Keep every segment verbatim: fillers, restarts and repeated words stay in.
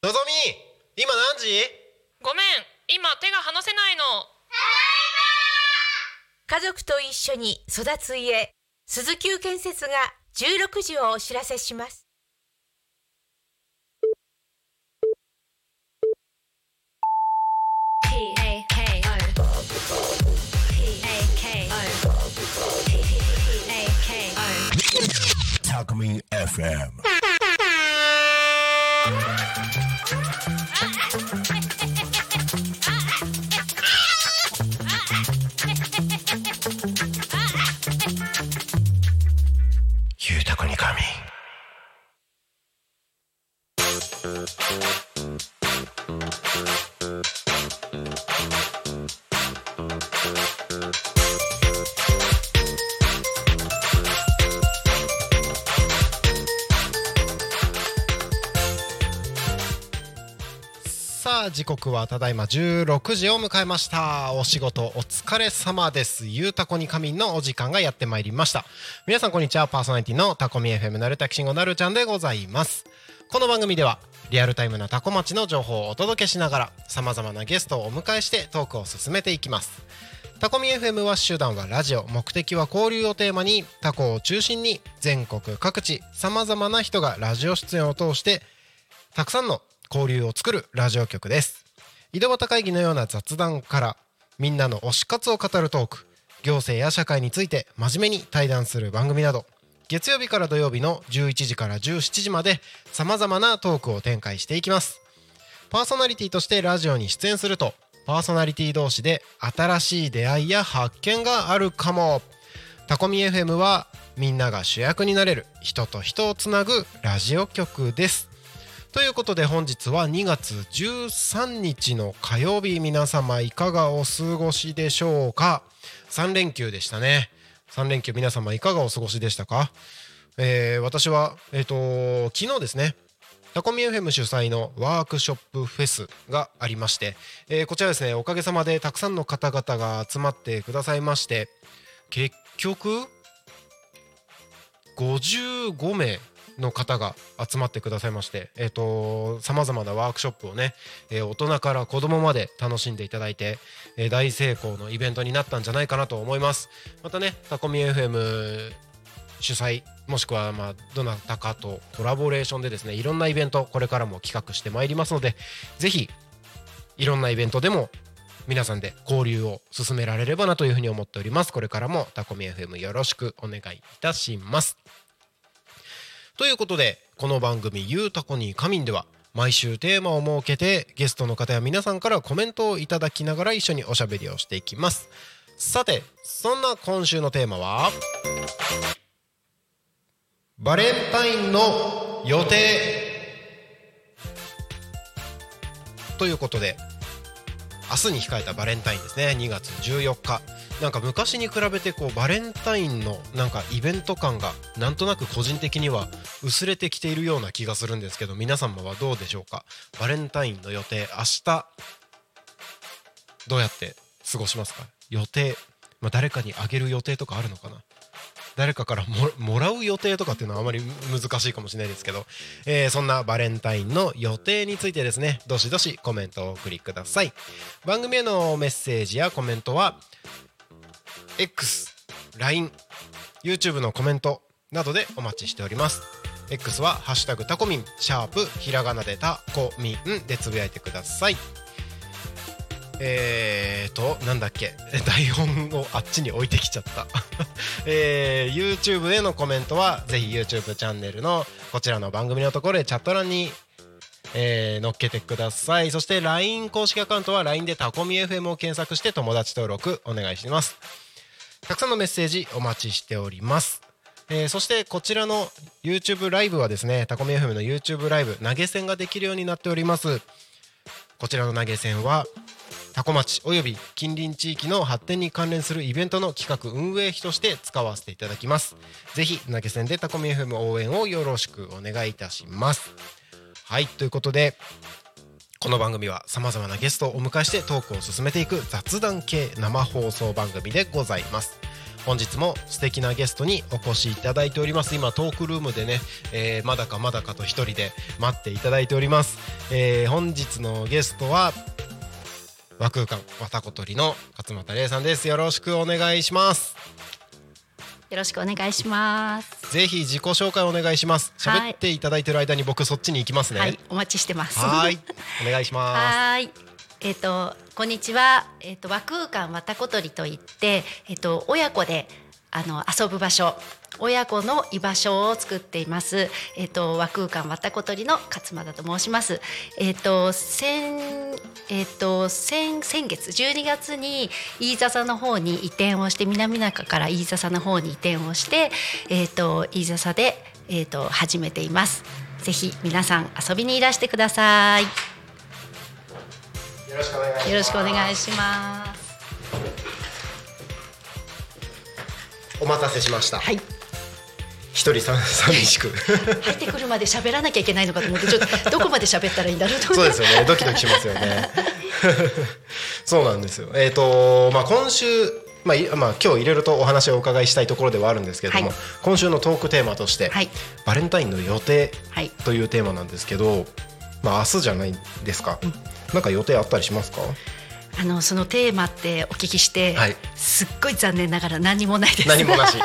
のぞみ、今何時？ ごめん、今手が離せないの。 家族と一緒に育つ家、鈴木建設がじゅうろくじをお知らせします。 タコミン エフエム。ゆうたこに神。 さあ時刻はただいまじゅうろくじを迎えました。お仕事お疲れ様です。ゆうたこに仮眠のお時間がやってまいりました。皆さんこんにちは。パーソナリティのタコミ エフエム なるたきしんごなるちゃんでございます。この番組ではリアルタイムなタコ町の情報をお届けしながら様々なゲストをお迎えしてトークを進めていきます。タコミ エフエム は手段はラジオ、目的は交流をテーマにタコを中心に全国各地様々な人がラジオ出演を通してたくさんの交流を作るラジオ局です。井戸端会議のような雑談からみんなの推し活を語るトーク、行政や社会について真面目に対談する番組など、月曜日から土曜日のじゅういちじからじゅうしちじまで様々なトークを展開していきます。パーソナリティとしてラジオに出演するとパーソナリティ同士で新しい出会いや発見があるかも。タコミ エフエム はみんなが主役になれる人と人をつなぐラジオ局です。ということで本日はにがつじゅうさんにちの火曜日、皆様いかがお過ごしでしょうか。さんれんきゅうでしたね。さんれんきゅう皆様いかがお過ごしでしたか。えー、私は、えーと、昨日ですねタコミ エフエム 主催のワークショップフェスがありまして、えー、こちらですね、おかげさまでたくさんの方々が集まってくださいまして、結局ごじゅうごめいの方が集まってくださいまして、えーと、様々なワークショップをね、えー、大人から子供まで楽しんでいただいて、えー、大成功のイベントになったんじゃないかなと思います。またね、タコミ エフエム 主催もしくはまあどなたかとコラボレーションでですね、いろんなイベントこれからも企画してまいりますので、ぜひいろんなイベントでも皆さんで交流を進められればなというふうに思っております。これからもタコミ エフエム よろしくお願いいたします。ということで、この番組ゆうたこに仮眠では毎週テーマを設けてゲストの方や皆さんからコメントをいただきながら一緒におしゃべりをしていきます。さて、そんな今週のテーマはバレンタインの予定ということで、明日に控えたバレンタインですね。にがつじゅうよっか、なんか昔に比べてこうバレンタインのなんかイベント感がなんとなく個人的には薄れてきているような気がするんですけど、皆様はどうでしょうか。バレンタインの予定、明日どうやって過ごしますか。予定、まあ、誰かにあげる予定とかあるのかな。誰かから も, もらう予定とかっていうのはあまり難しいかもしれないですけど、えー、そんなバレンタインの予定についてですね、どしどしコメントをお送りください。番組へのメッセージやコメントは X、ライン、YouTube のコメントなどでお待ちしております。 X はハッシュタグタコミン、シャープひらがなでタコミンでつぶやいてください。えーとなんだっけ、台本をあっちに置いてきちゃった、えー、YouTube へのコメントはぜひ YouTube チャンネルのこちらの番組のところでチャット欄に、えー、載っけてください。そして ライン 公式アカウントは ライン でタコミ エフエム を検索して友達登録お願いします。たくさんのメッセージお待ちしております。えー、そしてこちらの YouTube ライブはですね、タコミ エフエム の YouTube ライブ投げ銭ができるようになっております。こちらの投げ銭はタコ町および近隣地域の発展に関連するイベントの企画運営費として使わせていただきます。ぜひ投げ銭でタコミ エフエム 応援をよろしくお願いいたします。はい、ということでこの番組は様々なゲストをお迎えしてトークを進めていく雑談系生放送番組でございます。本日も素敵なゲストにお越しいただいております。今トークルームでね、えー、まだかまだかと一人で待っていただいております。 えー、本日のゲストは和空間わたことりの勝俣玲さんです。よろしくお願いします。 よろしくお願いします。 ぜひ自己紹介お願いします。喋っていただいている間に僕そっちに行きますね。 はい、お待ちしてます。 はいお願いします。 はい、えっ、ー、とこんにちは。えっ、ー、と和空間わたことりといって、えっ、ー、と親子であの遊ぶ場所、親子の居場所を作っています。えっ、と和空間わたことりの勝俣と申します。えっ、と先えっ、と先先月じゅうにがつに飯笹の方に移転をして、南中から飯笹の方に移転をして、えっ、と飯笹でえっ、と始めています。ぜひ皆さん遊びにいらしてください。よろしくお願いします。 よろしくお願いします。 お待たせしました。 はい。 一人さん寂しく入ってくるまで喋らなきゃいけないのかと思って、ちょっとどこまで喋ったらいいんだろうとそうですよね、ドキドキしますよねそうなんですよ。えっ、ー、とまあ今週、まあまあ、今日いろいろとお話をお伺いしたいところではあるんですけれども、はい、今週のトークテーマとして、はい、バレンタインの予定というテーマなんですけど、まあ、明日じゃないですか、うん、なんか予定あったりしますか？ あのそのテーマってお聞きして、はい、すっごい残念ながら何もないです。 何もなし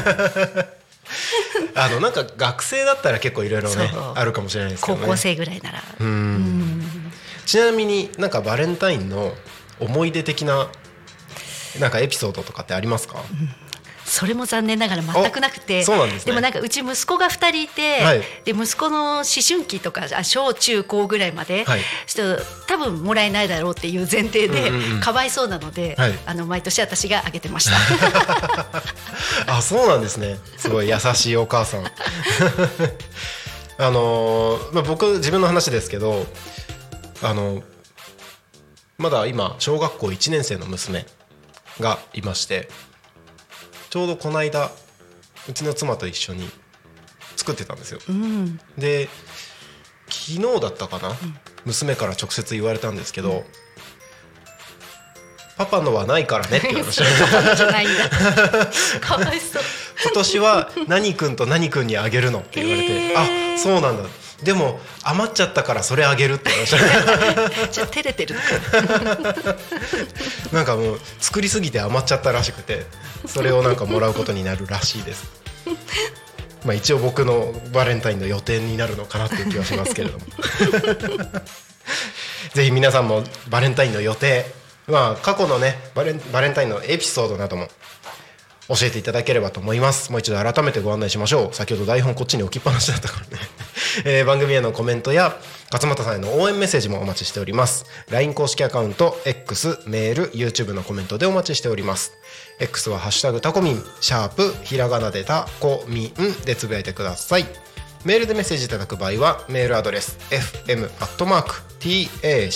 あのなんか学生だったら結構いろいろねあるかもしれないですけどね。 高校生ぐらいなら。 うんうんちなみになんかバレンタインの思い出的ななんかエピソードとかってありますか？うんそれも残念ながら全くなくて。 そうなんですね。 でもなんかうち息子がふたりいて、はい、で息子の思春期とか小中高ぐらいまで、はい、ちょっと多分もらえないだろうっていう前提で、うんうんうん、かわいそうなので、はい、あの毎年私があげてましたあそうなんですね。すごい優しいお母さんあのーまあ、僕自分の話ですけど、あのまだ今小学校いちねん生の娘がいまして、ちょうどこの間うちの妻と一緒に作ってたんですよ、うん、で昨日だったかな、うん、娘から直接言われたんですけど、うん、パパのはないからねって言われましたじゃないんだかわいそう今年は何君と何君にあげるのって言われて、あそうなんだ、でも余っちゃったからそれあげるって言われましたじゃあ照れてるなんかもう作りすぎて余っちゃったらしくて、それをなんかもらうことになるらしいですまあ一応僕のバレンタインの予定になるのかなっていう気はしますけれどもぜひ皆さんもバレンタインの予定、まあ過去のねバレン、バレンタインのエピソードなども教えていただければと思います。もう一度改めてご案内しましょう。先ほど台本こっちに置きっぱなしだったからね、えー、番組へのコメントや勝俣さんへの応援メッセージもお待ちしております。 ライン 公式アカウント X、メール、YouTube のコメントでお待ちしております。 X はハッシュタグタコミンシャープひらがなでタコミンでつぶやいてください。メールでメッセージいただく場合はメールアドレス エフエム アットマーク タ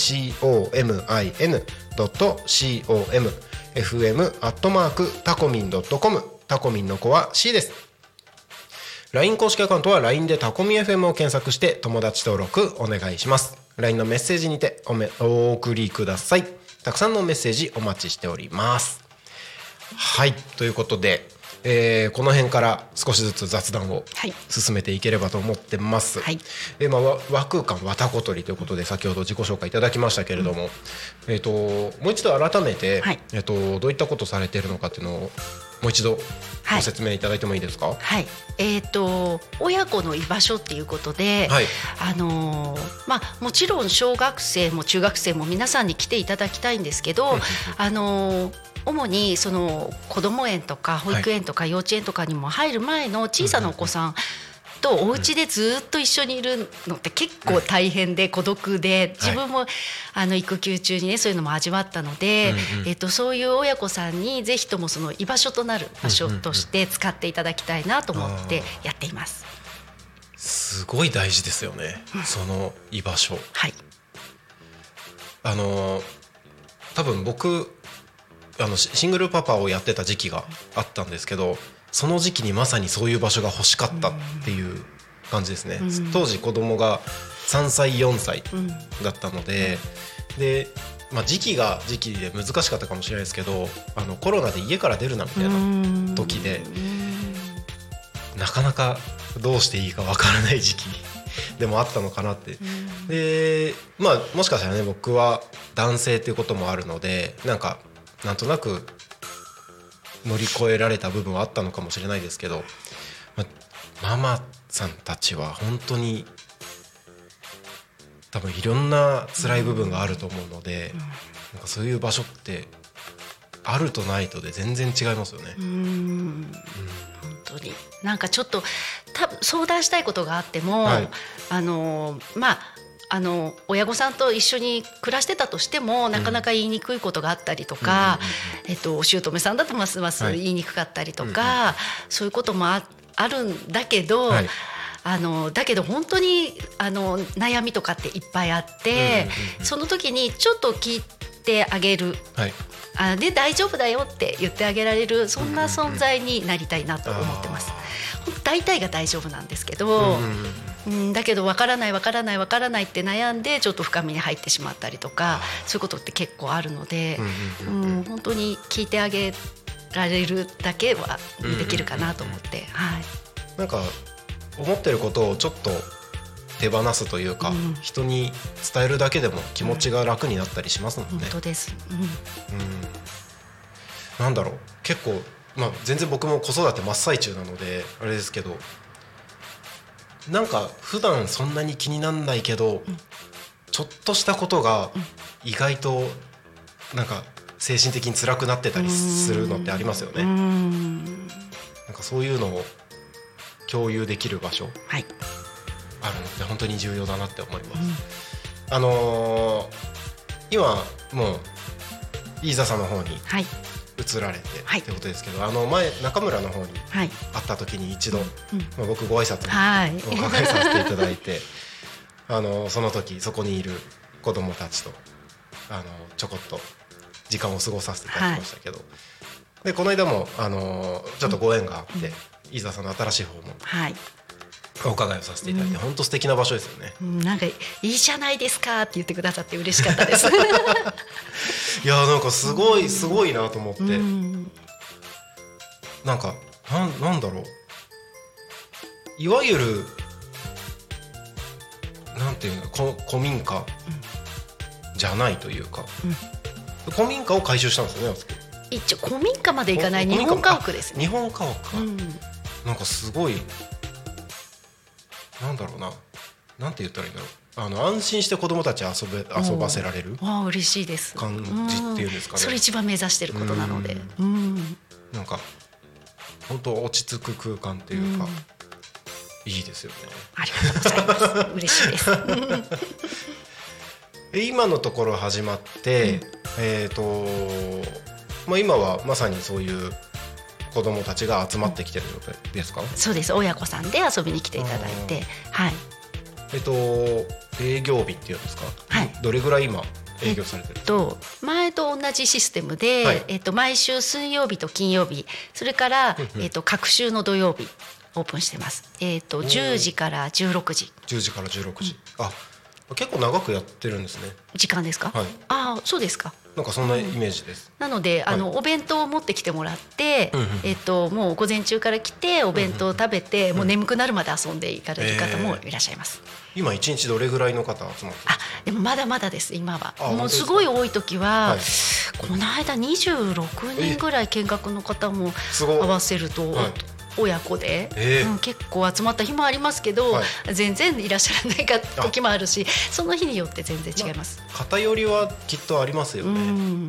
コミン ドット コム エフエム アットマーク タコミン ドット コム タコミンの子は C です。 ライン 公式アカウントは ライン でタコミ エフエム を検索して友達登録お願いします。 ライン のメッセージにて お, めお送りください。たくさんのメッセージお待ちしております。はい、ということで、えー、この辺から少しずつ雑談を進めていければと思ってます、はい。えーまあ、和空間わたことりということで先ほど自己紹介いただきましたけれども、うんえー、ともう一度改めて、はいえー、とどういったことされているのかっていうのをもう一度ご説明いただいてもいいですか？ はい、はいえー、と親子の居場所っていうことで、はいあのーまあ、もちろん小学生も中学生も皆さんに来ていただきたいんですけどあのー主にその子ども園とか保育園とか幼稚園とかにも入る前の小さなお子さんとお家でずっと一緒にいるのって結構大変で孤独で、自分もあの育休中にねそういうのも味わったので、えっとそういう親子さんにぜひともその居場所となる場所として使っていただきたいなと思ってやっています。 すごい大事ですよね、うん、その居場所。 はいあの多分僕あのシングルパパをやってた時期があったんですけど、その時期にまさにそういう場所が欲しかったっていう感じですね、うん、当時子供がさんさいよんさいだったので、うん、で、まあ、時期が時期で難しかったかもしれないですけど、あのコロナで家から出るなみたいな時で、なかなかどうしていいかわからない時期でもあったのかなって、うん、でまあもしかしたらね僕は男性っていうこともあるのでなんかなんとなく乗り越えられた部分はあったのかもしれないですけど、ま、ママさんたちは本当に多分いろんな辛い部分があると思うので、うん、なんかそういう場所ってあるとないとで全然違いますよね。うん、うん、 本当になんかちょっと多分相談したいことがあっても、はい、あのまああの親御さんと一緒に暮らしてたとしてもなかなか言いにくいことがあったりとか、うんえっと、お姑さんだとますます言いにくかったりとか、はい、そういうことも あ, あるんだけど、はい、あのだけど本当にあの悩みとかっていっぱいあって、うんうんうん、その時にちょっと聞いてあげる、はい、あで大丈夫だよって言ってあげられるそんな存在になりたいなと思ってます。大体が大丈夫なんですけど、うんうん、だけど分からない分からない分からないって悩んでちょっと深みに入ってしまったりとかそういうことって結構あるので、うんうんうんうん、本当に聞いてあげられるだけはできるかなと思って、うんうんうんはい、 なんか思ってることをちょっと手放すというか、うん、人に伝えるだけでも気持ちが楽になったりしますもんね、うん、 本当です、うんうん、 なんだろう結構まあ、全然僕も子育て真っ最中なのであれですけどなんか普段そんなに気になんないけど、うん、ちょっとしたことが意外となんか精神的に辛くなってたりするのってありますよね。うんなんかそういうのを共有できる場所、はい、あるので本当に重要だなって思います、うん、あのー、今もう飯田さんの方に、はい移られてってことですけど、はい、あの前中村の方に会った時に一度、はいまあ、僕ご挨拶にお伺いさせていただいてあのその時そこにいる子どもたちとあのちょこっと時間を過ごさせていただきましたけど、はい、でこの間もあのちょっとご縁があって、うん、飯田さんの新しい方も、はいお伺いをさせていただいて、うん、本当素敵な場所ですよね、 うん、なんかいいじゃないですかって言ってくださって嬉しかったですいやなんかすごいすごいなと思って、うん、なんか な, なんだろういわゆるなんていうの古民家じゃないというか、うん、古民家を改修したんですよね。 一応古民家までいかない日本家屋ですね。 日本家屋か、うん、なんかすごいなんだろうな、なんて言ったらいいんだろう、あの安心して子どもたち遊べ遊ばせられるあ嬉しいです感じっていうんですかね。 それ一番目指してることなので、うん、 なんか本当落ち着く空間っていうか、いいですよね。 ありがとうございます嬉しいです今のところ始まって、うん、えーとまあ、今はまさにそういう子どもたちが集まってきてるのですか？ そうです、親子さんで遊びに来ていただいて、はい、 えっと営業日っていうんですか、はい、どれぐらい今営業されてるんですか？ えっと、前と同じシステムで、はいえっと、毎週水曜日と金曜日それから、えっと、各週の土曜日オープンしてます、えっと、じゅうじからじゅうろくじじゅうじからじゅうろくじ、うん、あ結構長くやってるんですね。 時間ですか？はい、あそうですか。 なんかそんなイメージです、 うん、なのであの、はい、お弁当を持ってきてもらって、うんうんえっと、もう午前中から来てお弁当を食べて、うんうん、もう眠くなるまで遊んでいかれる方もいらっしゃいます、 えー、今いちにちどれぐらいの方集まってますか？ あでもまだまだです今は。もうすごい多い時は、はい、この間にじゅうろくにんぐらい見学の方も合わせると、はい親子で、えーうん、結構集まった日もありますけど、はい、全然いらっしゃらない時もあるしその日によって全然違います、 まあ、偏りはきっとありますよね、うん、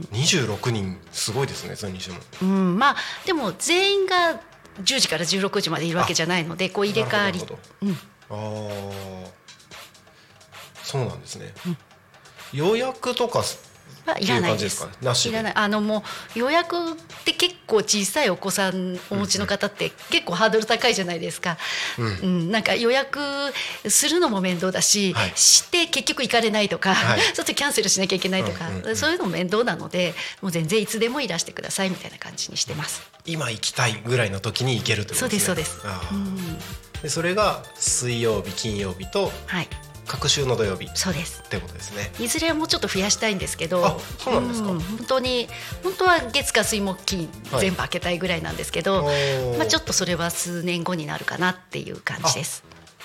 にじゅうろくにんすごいですね。それにしても、 うん、まあでも全員がじゅうじからじゅうろくじまでいるわけじゃないのでこう入れ替わり、うん、 あそうなんですね、うん、予約とかいらないです。いらない。あのもう予約って結構小さいお子さんお持ちの方って結構ハードル高いじゃないですか、うんうん、なんか予約するのも面倒だし、はい、して結局行かれないとか、はい、ちょっとキャンセルしなきゃいけないとか、うんうんうん、そういうのも面倒なのでもう全然いつでもいらしてくださいみたいな感じにしてます。 今行きたいぐらいの時に行けるってことですね。 そうですそうです。あ、うん、 でそれが水曜日金曜日と、はい各週の土曜日そうですってことですね。 いずれはもうちょっと増やしたいんですけど、 あそうなんですか、うん、 本当に本当は月火水木金全部開けたいぐらいなんですけど、はいまあ、ちょっとそれは数年後になるかなっていう感じです。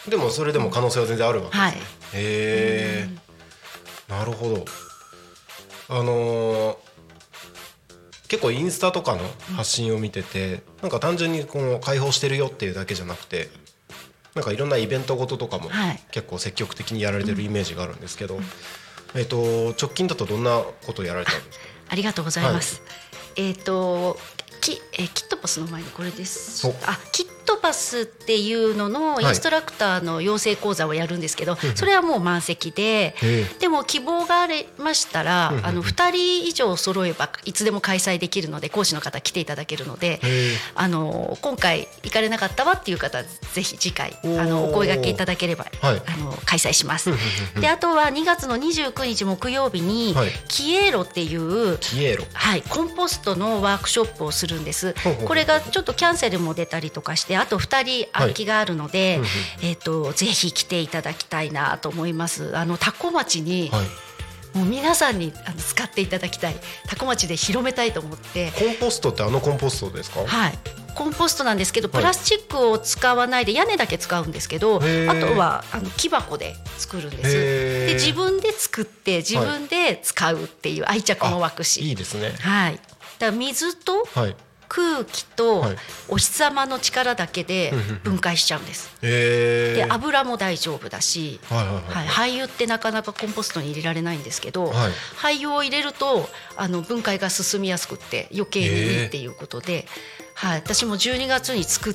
でもそれでも可能性は全然あるわけですね、 はい、 へえ、なるほど。あのー、結構インスタとかの発信を見てて、なんか単純にこの開放してるよっていうだけじゃなくて、なんかいろんなイベントごととかも結構積極的にやられてるイメージがあるんですけど、えーと直近だとどんなことをやられたんですか？ ありがとうございます、はい、えっ、ー、とキ, えー、キットパスの前にこれです。あ、キットパスっていうののインストラクターの養成講座をやるんですけど、はい、それはもう満席で、でも希望がありましたら、あのふたり以上揃えばいつでも開催できるので、講師の方来ていただけるので、あの今回行かれなかったわっていう方はぜひ次回あのお声掛けいただければ、はい、あの開催します。で、あとはにがつのにじゅうくにち木曜日に、はい、キエロっていうキエロ、 はい、コンポストのワークショップをするんです。これがちょっとキャンセルも出たりとかして、あとふたり空きがあるので、はい、えーと、ぜひ来ていただきたいなと思います。あの多古町に、はい、もう皆さんにあの使っていただきたい、多古町で広めたいと思って。 コンポストってあのコンポストですか？ はい、コンポストなんですけど、プラスチックを使わないで屋根だけ使うんですけど、あとはあの木箱で作るんです。で、自分で作って自分で使うっていう愛着の湧くし、 いいですね。 はい、だから水と空気とお日様の力だけで分解しちゃうんです。で、油も大丈夫だし、はいはいはい、廃油ってなかなかコンポストに入れられないんですけど、はい、廃油を入れるとあの分解が進みやすくって余計にいいっていうことで、はい、私もじゅうにがつに作って、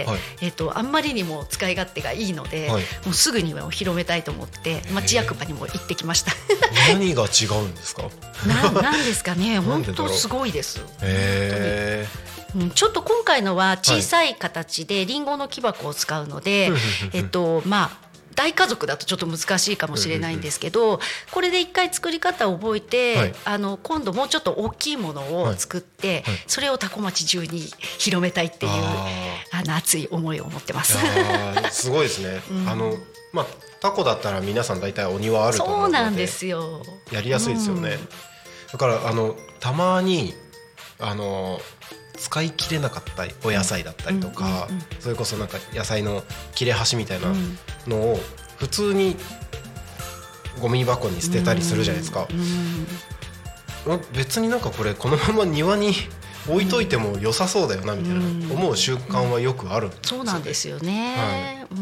はい、えーと、あんまりにも使い勝手がいいので、はい、もうすぐには広めたいと思って町役場にも行ってきました。 何が違うんですか？ な, なんですかね、本当すごいです。へー、うん、ちょっと今回のは小さい形でリンゴの木箱を使うので、はい、えっとまあ大家族だとちょっと難しいかもしれないんですけど、これで一回作り方を覚えて、はい、あの今度もうちょっと大きいものを作って、はいはい、それを多古町中に広めたいっていうあの熱い思いを持ってます。 すごいですね、うん、あのまあタコだったら皆さん大体お庭あると思うので、 そうなんですよ、 やりやすいですよね、うん、だからあのたまにあの使い切れなかったお野菜だったりとか、うんうんうん、それこそなんか野菜の切れ端みたいなのを普通にゴミ箱に捨てたりするじゃないですか、うんうん、別になんかこれこのまま庭に置いといても良さそうだよなみたいな思う習慣はよくあるんですよね。 そうなんですよね、はい、うん、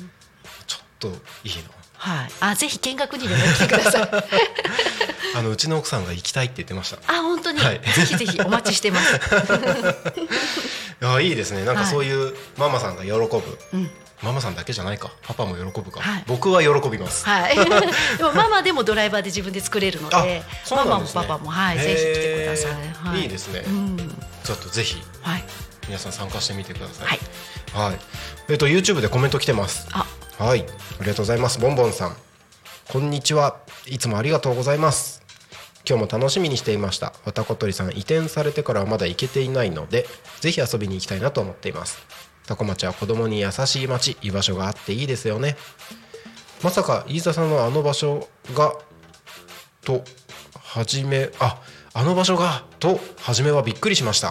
ちょっといいの、 はい、あ、ぜひ見学にでも来てください。 あのうちの奥さんが行きたいって言ってました。 あ、本当に、はい、ぜひぜひお待ちしてます。 あ、いいですね。なんかそういうママさんが喜ぶ、はい、うん、ママさんだけじゃないか、パパも喜ぶか、はい、僕は喜びます、はい、でもママでもドライバーで自分で作れるの で, で、ね、ママもパパも、はい、ぜひ来てください、はい、 いいですね、うん、ちょっとぜひ、はい、皆さん参加してみてください、はいはい、えーと、YouTube でコメント来てます。あ、はい、ありがとうございます。ボンボンさん、こんにちは、いつもありがとうございます。今日も楽しみにしていました。わたことりさん、移転されてからはまだ行けていないので、ぜひ遊びに行きたいなと思っています。多古町は子供に優しい町、居場所があっていいですよね。まさか飯田さんのあの場所がと初めああの場所がと初めはびっくりしました。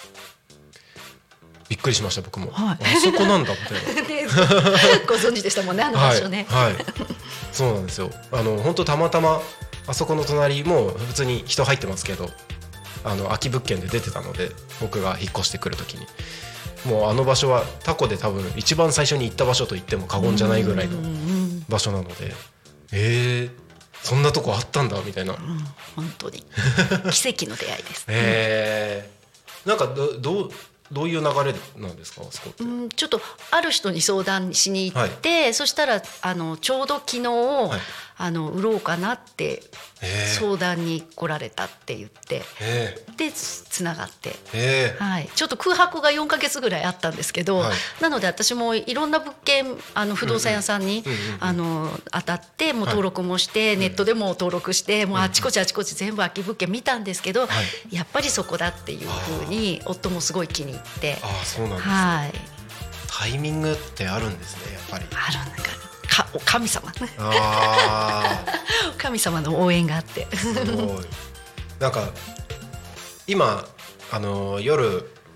びっくりしました、僕も、はい、あそこなんだみたいなご存知でしたもんね、あの場所ね、 はい、はい、そうなんですよ。あの本当たまたまあそこの隣も普通に人入ってますけど、あの空き物件で出てたので、僕が引っ越してくる時にもうあの場所はタコで多分一番最初に行った場所と言っても過言じゃないぐらいの場所なので、えー、そんなとこあったんだみたいな、うん、 本当に奇跡の出会いです。 えー、なんか ど, どうどういう流れなんですか、あそこって。 うん、ちょっとある人に相談しに行って、はい、そしたらあのちょうど昨日、はい、あの売ろうかなって相談に来られたって言って、でつながって、はい、ちょっと空白がよんかげつぐらいあったんですけど、はい、なので私もいろんな物件、あの不動産屋さんに、うんうん、あの当たってもう登録もして、はい、ネットでも登録して、うん、もうあちこちあちこち全部空き物件見たんですけど、はい、やっぱりそこだっていうふうに夫もすごい気に入って、 ああ、そうなんですね、はい、タイミングってあるんですね、やっぱり。 あるんだか、お神様あ神様の応援があってすごい。 なんか今あの夜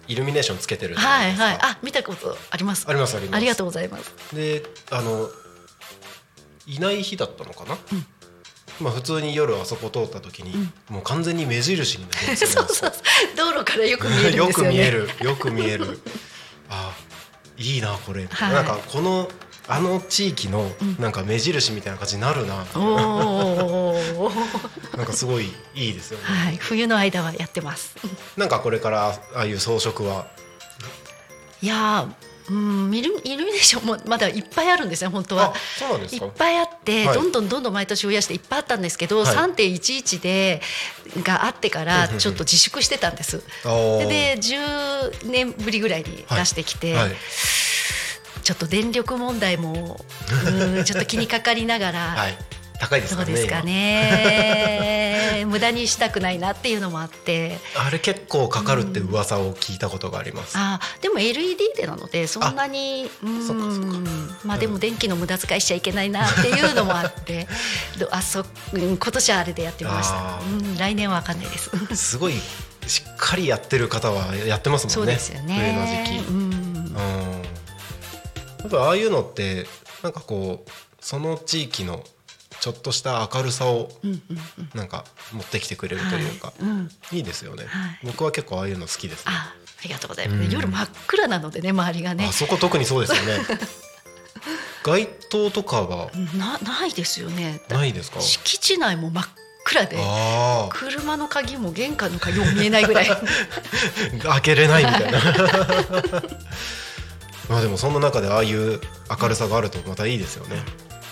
イルミネーションつけてるじゃないですか。 はいはい、あ、見たことあります。 ありますあります。 ありがとうございます。 で、あのいない日だったのかな、うん、まあ普通に夜あそこ通った時に、うん、もう完全に目印になるんですよね。そうそうそう、 道路からよく見えるんですよね。よく見えるよく見えるあ、いいなこれ、はい、なんかこのあの地域のなんか目印みたいな感じになるな、うん、おなんかすごいいいですよね、 はい、冬の間はやってます。 なんかこれからああいう装飾はいやー、うん、イルミネーションもまだいっぱいあるんですね本当は。 あ、そうなんですか。 いっぱいあって、はい、どんどんどんどん毎年増やしていっぱいあったんですけど、はい、さんてんいちいち でがあってからちょっと自粛してたんです。でじゅうねんぶりぐらいに出してきて、はいはい、ちょっと電力問題もうんちょっと気にかかりながら、はい、 高いですかね。 どうですかね無駄にしたくないなっていうのもあって、 あれ結構かかるって噂を聞いたことがあります。 うん、あ、でも エルイーディー でなのでそんなに、うん、 そっかそっか、 まあでも電気の無駄遣いしちゃいけないなっていうのもあってあそ今年はあれでやってみました。うん、来年は分かんないですすごいしっかりやってる方はやってますもんね。 そうですよね、 冬の時期。うん、うん、やっぱああいうのってなんかこうその地域のちょっとした明るさをなんか持ってきてくれるというか、はい、うん、いいですよね、はい、僕は結構ああいうの好きですね。 あ、ありがとうございます、うん、夜真っ暗なのでね周りがね。 あそこ特にそうですよね街灯とかはな, ないですよね。 ないですか。 敷地内も真っ暗で、車の鍵も玄関の鍵も見えないぐらい開けれないみたいなまあでもそんな中でああいう明るさがあるとまたいいですよね。うん、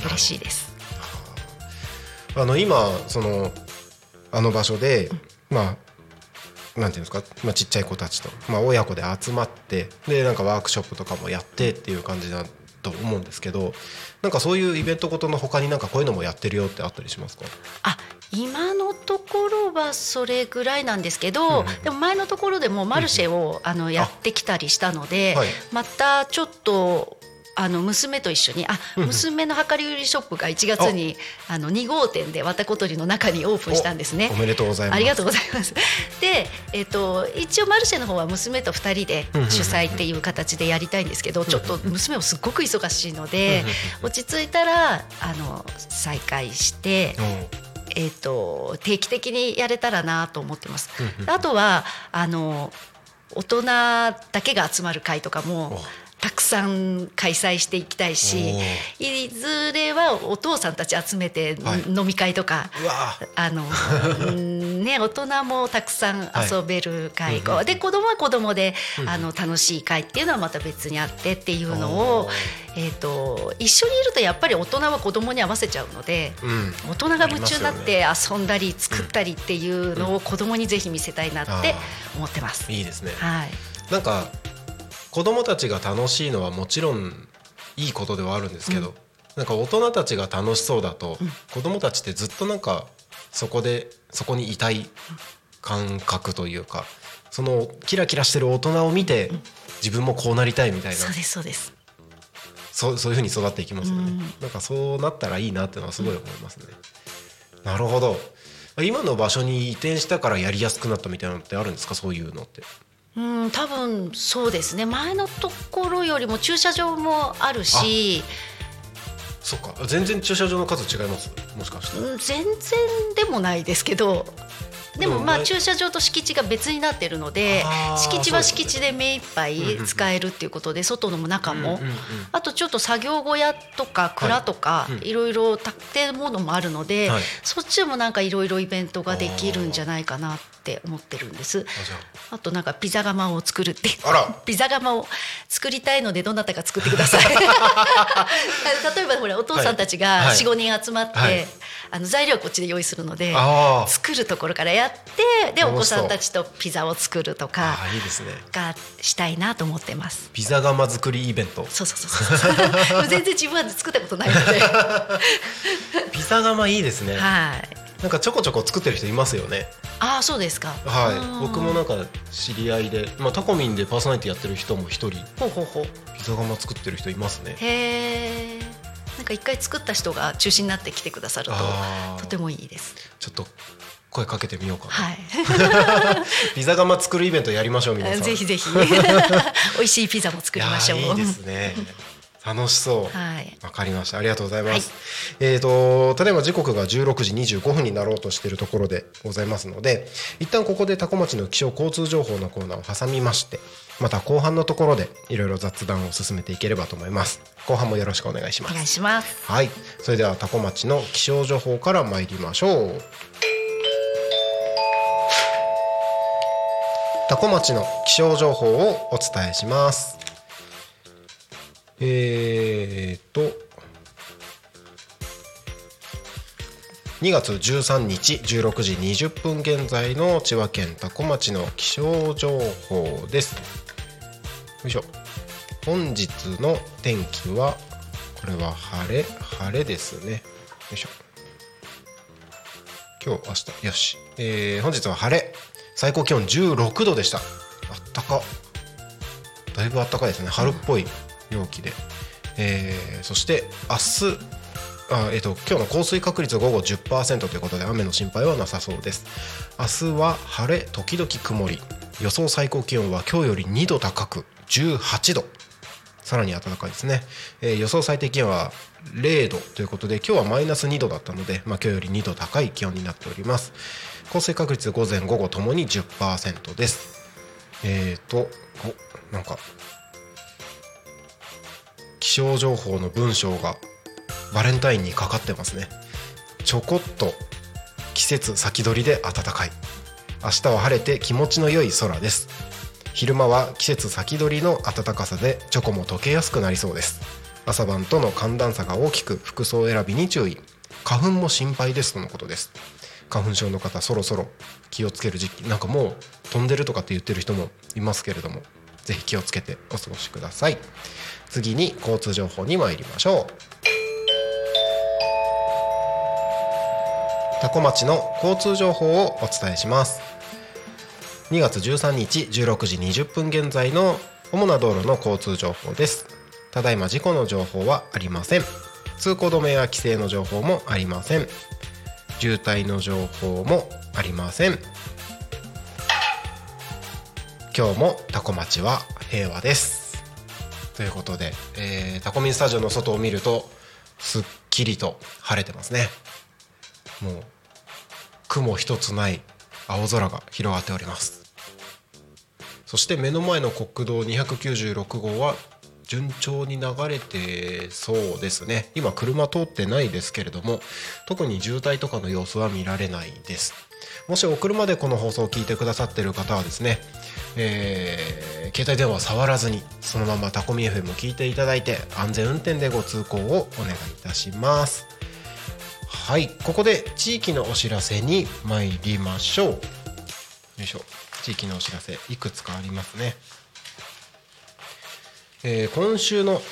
嬉しいです。 あの今そのあの場所で、うん、まあなんていうんですか、まあ、ちっちゃい子たちと、まあ、親子で集まってでなんかワークショップとかもやってっていう感じだと思うんですけど、なんかそういうイベントごとの他になんかこういうのもやってるよってあったりしますか。 あ、今のところはそれぐらいなんですけど、うん、でも前のところでもマルシェを、うん、あのやってきたりしたので、はい、またちょっとあの娘と一緒にあ娘の量り売りショップがいちがつにあのに号店でわたことりの中にオープンしたんですね。 おめでとうございます。 ありがとうございます。で、えー、と一応マルシェの方は娘とふたりで主催っていう形でやりたいんですけど、ちょっと娘もすごく忙しいので落ち着いたらあの再開してえー、と定期的にやれたらなと思ってます。あとはあの大人だけが集まる会とかもたくさん開催していきたいし、いずれはお父さんたち集めて飲み会とか、はい、あのね、大人もたくさん遊べる会、はい、で子供は子供で、うん、あの楽しい会っていうのはまた別にあってっていうのを、えー、と一緒にいるとやっぱり大人は子供に合わせちゃうので、うん、大人が夢中になって遊んだり作ったりっていうのを子供にぜひ見せたいなって思ってます。 いいですね、 はい、 なんか子どもたちが楽しいのはもちろんいいことではあるんですけど、うん、なんか大人たちが楽しそうだと、うん、子どもたちってずっとなんかそこでそこにいたい感覚というか、そのキラキラしてる大人を見て、うん、自分もこうなりたいみたいな、 そうですそうです、 そう、そういう風に育っていきますよね、うん、なんかそうなったらいいなっていうのはすごい思いますね、うん、なるほど。今の場所に移転したからやりやすくなったみたいなのってあるんですか、そういうのって。 うん、多分そうですね。前のところよりも駐車場もあるし、 そっか、全然駐車場の数違います、もしかして。 うん、全然でもないですけど、でもまあ駐車場と敷地が別になってるので、敷地は敷地で目いっぱい使えるっていうことで、外のも中も、あとちょっと作業小屋とか蔵とかいろいろ建物もあるので、そっちでもなんかいろいろイベントができるんじゃないかなって思ってるんです。あとなんかピザ窯を作るって、ピザ窯を作りたいのでどなたか作ってください例えばほらお父さんたちが よん,ご 人集まって、はいはい、あの材料はこっちで用意するので、作るところからやってでお子さんたちとピザを作るとかがしたいなと思ってます。 ピザ窯作りイベント。 そうそうそうそう全然自分は作ったことないのでピザ窯いいですね。 はい、 なんかちょこちょこ作ってる人いますよね。 ああ、そうですか。 はい、僕もなんか知り合いで、まあ、タコミンでパーソナリティやってる人も一人ほうほうほうピザ窯作ってる人いますね。 へえ。なんか一回作った人が中心になって来てくださるととてもいいです。 ちょっと声かけてみようかな、 はい、 ピザ窯作るイベントやりましょう皆さん。 ぜひぜひ美味しいピザも作りましょう。 いやいいですね楽しそう。 はい、 わかりました。ありがとうございます。はい、えーとただいま時刻がじゅうろくじにじゅうごふんになろうとしているところでございますので、一旦ここで多古町の気象交通情報のコーナーを挟みまして、また後半のところでいろいろ雑談を進めていければと思います。後半もよろしくお願いします。 お願いします。 はい、それでは多古町の気象情報から参りましょう。多古町の気象情報をお伝えします。えーとにがつじゅうさんにちじゅうろくじにじゅっぷん現在の千葉県多古町の気象情報です。よいしょ。本日の天気はこれは晴れ晴れですね。よいしょ。今日明日よし、えー、本日は晴れ、最高気温じゅうろくどでした。あったか、だいぶあったかいですね。春っぽい陽気で、えー、そして明日あ、えー、と今日の降水確率午後 じゅっパーセント ということで雨の心配はなさそうです。明日は晴れ時々曇り、予想最高気温は今日よりにど高くじゅうはちど、さらに暖かいですね。えー、予想最低気温はれいどということで、今日はマイナスにどだったので、まあ、今日よりにど高い気温になっております。降水確率午前午後ともに じゅっパーセント です。えーとおなんか気象情報の文章がバレンタインにかかってますね。ちょこっと季節先取りで暖かい。明日は晴れて気持ちの良い空です。昼間は季節先取りの暖かさでチョコも溶けやすくなりそうです。朝晩との寒暖差が大きく服装選びに注意。花粉も心配ですとのことです。花粉症の方そろそろ気をつける時期、なんかもう飛んでるとかって言ってる人もいますけれども、ぜひ気をつけてお過ごしください。次に交通情報に参りましょう。多古町の交通情報をお伝えします。にがつじゅうさんにちじゅうろくじにじゅっぷん現在の主な道路の交通情報です。ただいま事故の情報はありません。通行止めや規制の情報もありません。渋滞の情報もありません。今日も多古町は平和ですということで、えー、タコミンスタジオの外を見るとすっきりと晴れてますね。もう雲一つない青空が広がっております。そして目の前の国道にひゃくきゅうじゅうろくごうは順調に流れてそうですね。今車通ってないですけれども、特に渋滞とかの様子は見られないです。もしお車でこの放送を聞いてくださっている方はですね、えー、携帯電話を触らずにそのままタコミ エフエム を聞いていただいて、安全運転でご通行をお願いいたします。はい、ここで地域のお知らせに参りましょう。よいしょ。地域のお知らせいくつかありますね。えー、今週の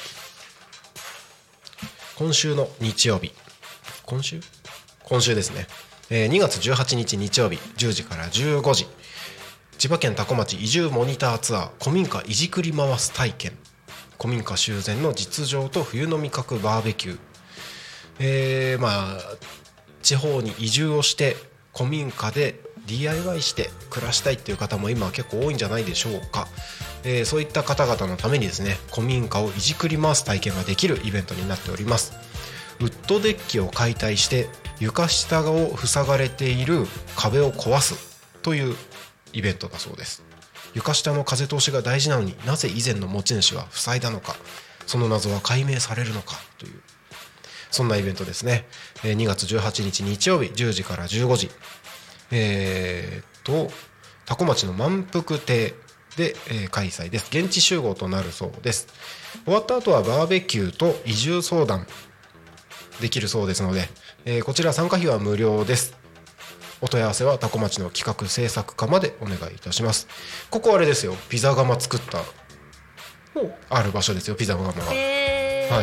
今週の日曜日今週今週ですね、えー、にがつじゅうはちにち日曜日じゅうじからじゅうごじ、千葉県多古町移住モニターツアー古民家いじくり回す体験、古民家修繕の実情と冬の味覚バーベキュー、えー、まあ地方に移住をして古民家で ディーアイワイ して暮らしたいっていう方も今は結構多いんじゃないでしょうか。えー、そういった方々のためにですね、古民家をいじくり回す体験ができるイベントになっております。ウッドデッキを解体して床下を塞がれている壁を壊すというイベントだそうです。床下の風通しが大事なのになぜ以前の持ち主は塞いだのか、その謎は解明されるのかという、そんなイベントですね。にがつじゅうはちにち日曜日じゅうじからじゅうごじ、えー、と多古町の満腹亭で、えー、開催です。現地集合となるそうです。終わった後はバーベキューと移住相談できるそうですので、えー、こちら参加費は無料です。お問い合わせは多古町の企画制作課までお願いいたします。ここあれですよ、ピザ窯作ったある場所ですよ、ピザ窯が、 へー、 はい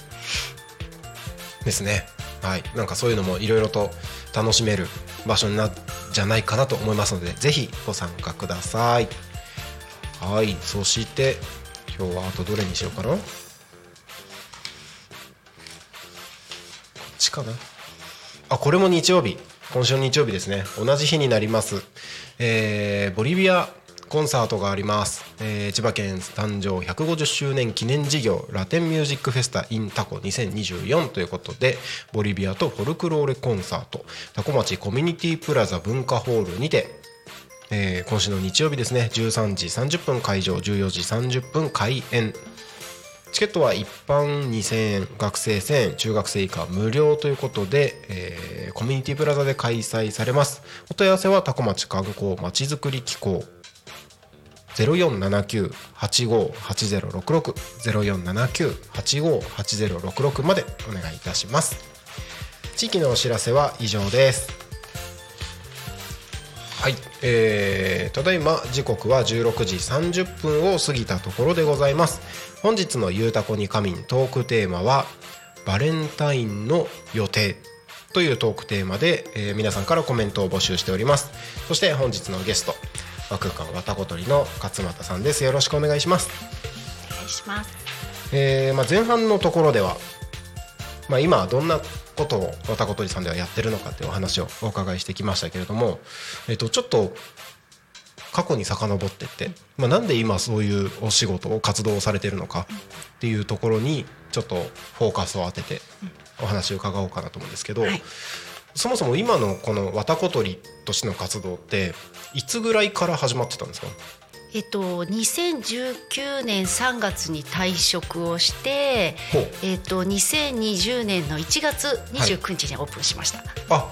ですね。はい、なんかそういうのもいろいろと楽しめる場所になじゃないかなと思いますので、ぜひご参加ください。はい、そして今日はあとどれにしようかな。こっちかなあ、これも日曜日今週の日曜日ですね、同じ日になります、えー、ボリビアコンサートがあります、えー、千葉県誕生ひゃくごじゅっしゅうねん記念事業ラテンミュージックフェスタ in タコにせんにじゅうよんということで、ボリビアとフォルクローレコンサートタコ町コミュニティプラザ文化ホールにて、えー、今週の日曜日ですね、じゅうさんじさんじゅっぷん会場、じゅうよじさんじゅっぷん開演。チケットは一般にせんえん、学生せんえん、中学生以下無料ということで、えー、コミュニティプラザで開催されます。お問い合わせはタコ町観光まちづくり機構ゼロよんななきゅうはちごはちゼロろくろく ゼロよんななきゅうはちごはちゼロろくろくまでお願いいたします。地域のお知らせは以上です。はい、えー、ただいま時刻はじゅうろくじさんじゅっぷんを過ぎたところでございます。本日のゆうたこに仮眠トークテーマはバレンタインの予定というトークテーマで、えー、皆さんからコメントを募集しております。そして本日のゲスト和空間わたことりの勝俣さんです。よろしくお願いします。 お願いします。 えーまあ、前半のところでは、まあ、今どんなことをわたことりさんではやってるのかというお話をお伺いしてきましたけれども、えー、とちょっと過去に遡っていって、まあ、なんで今そういうお仕事を活動をされているのかっていうところにちょっとフォーカスを当ててお話を伺おうかなと思うんですけど、はい、そもそも今のこのわたことりとしての活動っていつぐらいから始まってたんですか？ えっと、にせんじゅうきゅうねんさんがつに退職をして、えっと、にせんにじゅうねんのいちがつにじゅうくにちにオープンしました。 はい、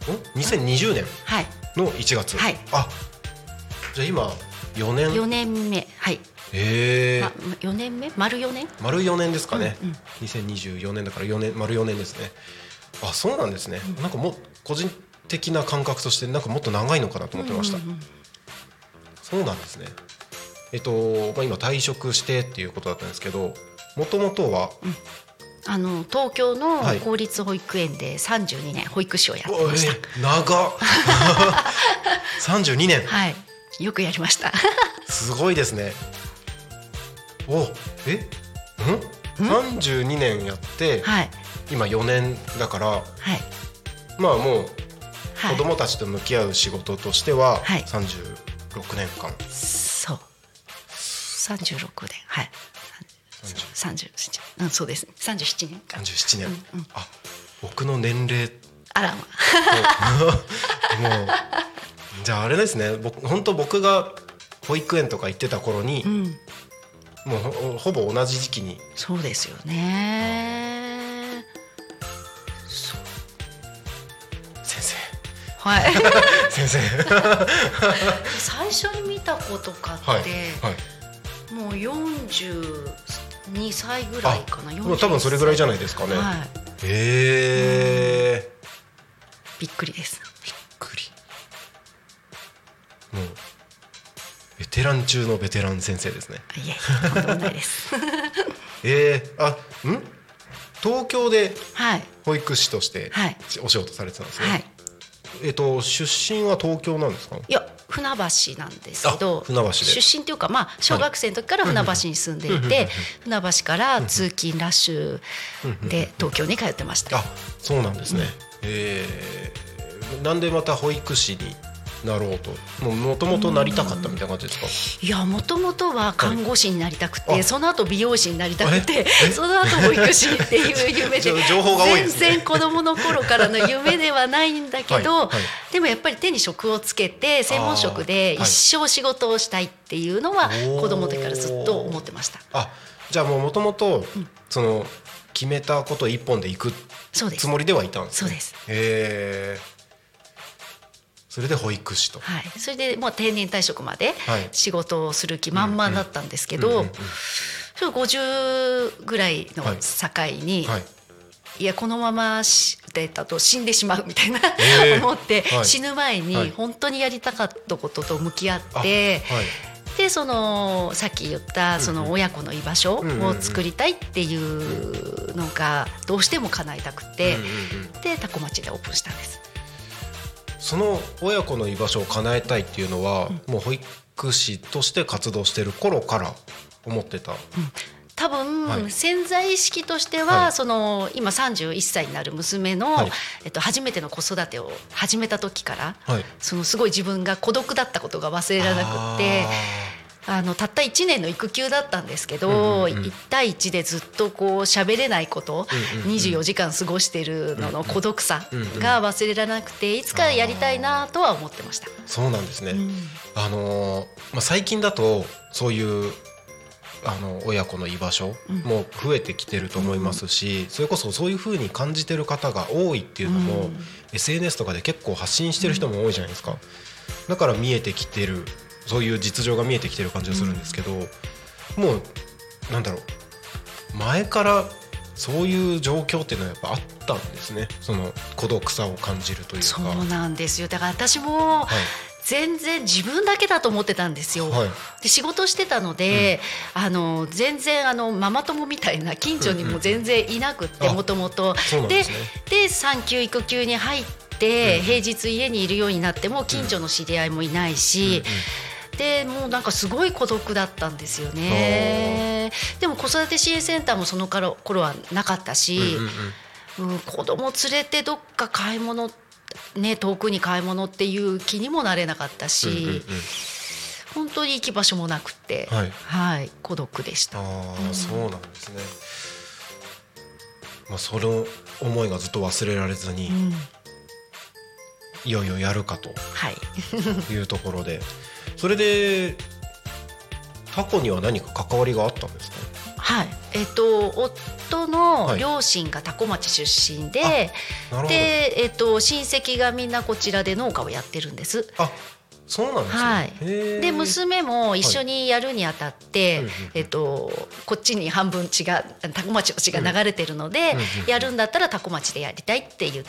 あ、んにせんにじゅうねんのいちがつ、 はい、 あ、じゃあ今よねんよねんめ、はい、 へー、 ま、よねんめ丸よねん丸よねんですかね、 うんうん、 にせんにじゅうよねんだからよねん丸よねんですね。あ、そうなんですね、うん、なんかもう個人的な感覚としてなんかもっと長いのかなと思ってました、うんうんうん、そうなんですね。えっと、まあ、今退職してっていうことだったんですけど、もともとは、うん、 あの東京の公立保育園でさんじゅうにねん保育士をやってました、 えー、長っさんじゅうにねん、 はい、よくやりましたすごいですね。お、え、んさんじゅうにねんやって、はい、今よねんだから、はい、まあもう子どもたちと向き合う仕事としてはさんじゅうろくねんかん、はい、 そうさんじゅうろくねん、はい、さんじゅう、うん、そうですね、さんじゅうななねんかさんじゅうななねん、うんうん、あ、僕の年齢、 あらまもうじゃああれですね、僕本当僕が保育園とか行ってた頃に、うん、もう ほ, ほぼ同じ時期に。 そうですよね、そう先生、 はい先生最初に見た子とかって、はいはい、もうよんじゅうにさいぐらいかな、 もう多分それぐらいじゃないですかね、はい、へー、 びっくりです。 びっくり、もうベテラン中のベテラン先生ですね。 いやいや、とんでもないですえー、あ、ん東京で保育士としてお仕事されてたんですね、はい、えーと、出身は東京なんですか？ いや、船橋なんですけど、 船橋で出身というか、まあ、小学生の時から船橋に住んでいて、はい、船橋から通勤ラッシュで東京に通ってました。 あ、そうなんですね、うん、えー、なんでまた保育士になろうと、もともとなりたかったみたいな感じですか？ いや、もともとは看護師になりたくて、はい、その後美容師になりたくて、その後保育士っていう夢で情報が多いですね。 全然子供の頃からの夢ではないんだけど、はいはい、でもやっぱり手に職をつけて専門職で一生仕事をしたいっていうのは子供の時からずっと思ってました。 あ、じゃあもともとその決めたこと一本でいくつもりではいたんですね。 そうです。 へー、それで保育士と、 はい、それでもう定年退職まで仕事をする気満々だったんですけど、ごじゅうぐらいの境に、はいはい、いやこのままでだと死んでしまうみたいな、えー、思って、はい、死ぬ前に本当にやりたかったことと向き合って、はい、でそのさっき言ったその親子の居場所を作りたいっていうのがどうしても叶えたくて、で多古町でオープンしたんです。 その親子の居場所を叶えたいっていうのは、うん、もう保育士として活動してる頃から思ってた、うん、 多分、 はい、 潜在意識としては、 はい、 その今さんじゅういっさいになる娘の、 はい、 えっと、初めての子育てを始めた時から、 はい、 そのすごい自分が孤独だったことが忘れられなくってあのたったいちねんの育休だったんですけど、うんうんうん、いち対いちでずっとこう喋れないこと、うんうんうん、にじゅうよじかん過ごしてるのの孤独さが忘れられなくて、いつかやりたいなとは思ってました。 そうなんですね、うん、あのーまあ、最近だとそういうあの親子の居場所も増えてきてると思いますし、うん、それこそそういう風に感じてる方が多いっていうのも、うん、エスエヌエス とかで結構発信してる人も多いじゃないですか。だから見えてきてる、そういう実情が見えてきてる感じがするんですけど、うん、もうなんだろう、前からそういう状況っていうのはやっぱあったんですね。その孤独さを感じるというか。 そうなんですよ。だから私も、はい、全然自分だけだと思ってたんですよ、はい、で仕事してたので、うん、あの全然あのママ友みたいな近所にも全然いなくってもともとでで産休育休に入って、うん、平日家にいるようになっても近所の知り合いもいないし、うん、でもうなんかすごい孤独だったんですよね。でも子育て支援センターもその頃はなかったし、うんうんうん、子供連れてどっか買い物ね、遠くに買い物っていう気にもなれなかったし、うんうんうん、本当に行き場所もなくて、はいはい、孤独でした。 あ、うん、そうなんですね。まあ、その思いがずっと忘れられずに、うん、いよいよやるかというところで、はい、それでタコには何か関わりがあったんですか？ はい、えっと、夫の両親が多古町出身で、はい、で、えっと、親戚がみんなこちらで農家をやってるんです。 あ、そうなんですね。 はい、で娘も一緒にやるにあたって、はい、えっと、こっちに半分血が多古町の血が流れてるので、うん、やるんだったら多古町でやりたいって言って、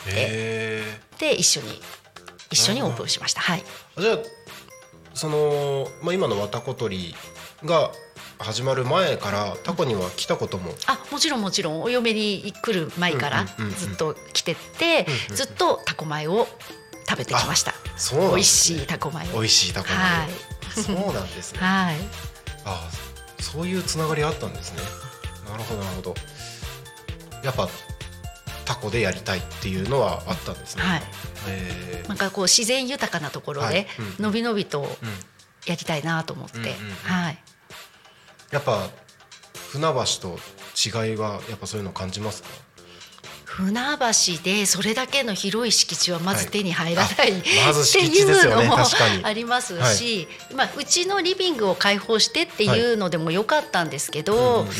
で一緒に一緒にオープンしました。はい、 じゃあその、まあ、今の綿小鳥が始まる前からタコには来たことも、 あ、もちろんもちろんお嫁に来る前からずっと来てて、ずっとタコ米を食べてきました。 そうなんですね、 美味しいタコ米を。 美味しいタコ米、はい、そうなんですね。はい、あ、そういうつながりあったんですね。なるほどなるほど。やっぱタコでやりたいっていうのはあったんですね。はい、 えー、なんかこう自然豊かなところでのびのびとやりたいなと思って、はい。 やっぱ船橋と違いはやっぱそういうのを感じますか？ 船橋でそれだけの広い敷地はまず手に入らない、はい、 まず敷地ですよね、 っていうのもありますし、はい、まあ、うちのリビングを開放してっていうのでもよかったんですけど、はい、うんうんうん、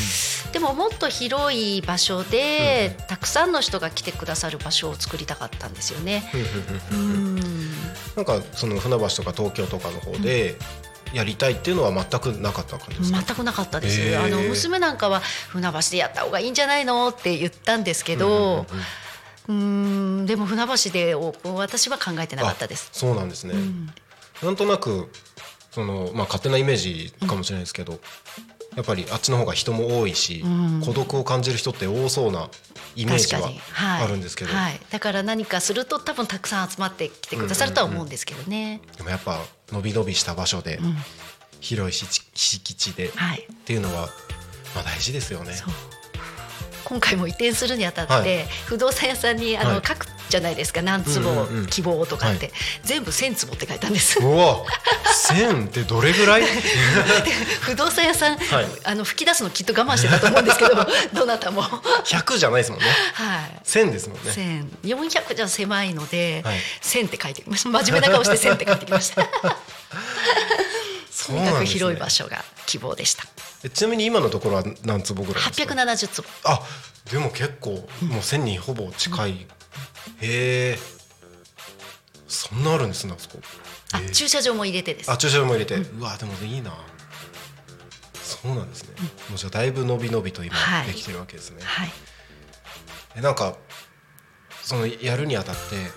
でももっと広い場所で、うんうん、たくさんの人が来てくださる場所を作りたかったんですよね。うん、 なんかその船橋とか東京とかの方で、うん、やりたいっていうのは全くなかった感じですか？全くなかったです。あの娘なんかは船橋でやった方がいいんじゃないのって言ったんですけど、うんうんうん、うーん、でも船橋でオープン私は考えてなかったです。 そうなんですね。うん、なんとなくその、まあ、勝手なイメージかもしれないですけど、うん、やっぱりあっちの方が人も多いし、うん、孤独を感じる人って多そうなイメージはあるんですけど、 はいはい、だから何かすると多分たくさん集まってきてくださるとは思うんですけどね。 うんうんうん、でもやっぱのびのびした場所で、うん、広い敷地で、はい、っていうのは、まあ、大事ですよね。そう、 今回も移転するにあたって、はい、不動産屋さんにあの、はい、書くじゃないですか、何坪希望とかって、うんうんうん、全部せんつぼって書いたんです。 うわ、せんってどれぐらい？ 不動産屋さん、はい、あの吹き出すのきっと我慢してたと思うんですけどどなたもひゃくじゃないですもんね、はい、せんですもんね。 せん、よんひゃくじゃ狭いので、はい、せんって書いてきました。真面目な顔してせんって書いてきました。とにかく広い場所が希望でした。 え、ちなみに今のところは何坪ぐらいですか？ はっぴゃくななじゅうつぼ。 あ、でも結構もうせんにほぼ近い、うん、へえ、そんなあるんですね、あそこ。 あ、駐車場も入れてです。 あ、駐車場も入れて、うん、うわ、でもいいな。そうなんですね、うん、もうじゃあだいぶのびのびと今できてるわけですね。はいはい、え、なんかそのやるにあたって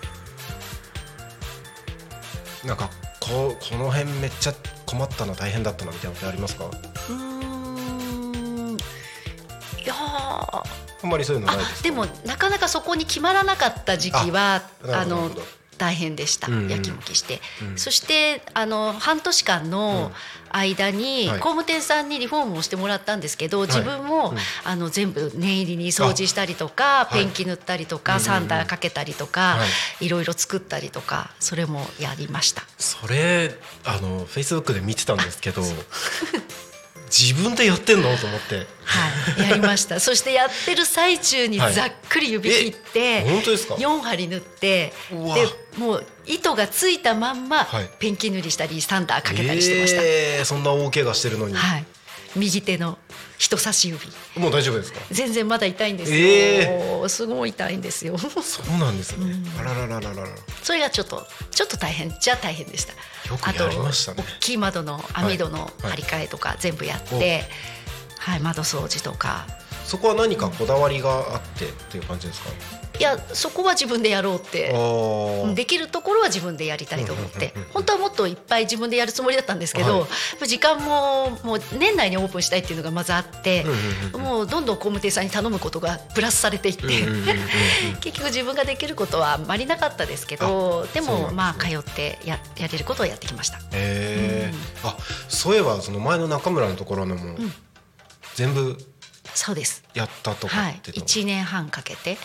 なんかこ, この辺めっちゃ困ったな、大変だったなみたいなのってありますか？うーん、いやあんまりそういうのないですか？ でもなかなかそこに決まらなかった時期は あ, あの大変でした、 うんうん、 やきもきして、 うん、 そしてあの半年間の間に工務店さんにリフォームをしてもらったんですけど、自分も、はい、うん、あの全部念入りに掃除したりとか、ペンキ塗ったりとか、はい、サンダーかけたりとか、はい、いろいろ作ったりとか、それもやりました。 それあの Facebook で見てたんですけど自分でやってんのと思って、 はい、やりましたそしてやってる最中にざっくり指切って、はい、 本当ですか？ よん針塗って、でもう糸がついたまんま、はい、ペンキ塗りしたりサンダーかけたりしてました、 えー、そんな大怪我してるのに、 はい、右手の人差し指もう大丈夫ですか？ 全然まだ痛いんですよ、えー、すごい痛いんですよ。 そうなんですね、うん、あらららららら。 それがちょっとちょっと大変じゃ大変でした。 よくやりましたね。 あと大きい窓の網戸の張り替えとか全部やって、はいはい、窓掃除とか。 そこは何かこだわりがあってっていう感じですか？ いや、そこは自分でやろうって、できるところは自分でやりたいと思って、本当はもっといっぱい自分でやるつもりだったんですけど、はい、時間ももう年内にオープンしたいっていうのがまずあって、もうどんどん工務店さんに頼むことがプラスされていって結局自分ができることはあんまりなかったですけど、でもまあ通ってや、やれることをやってきました。 へー、うん、あ、そういえばその前の中村のところのも、うん、全部そうですやったとかって、 はい、いちねんはんかけて、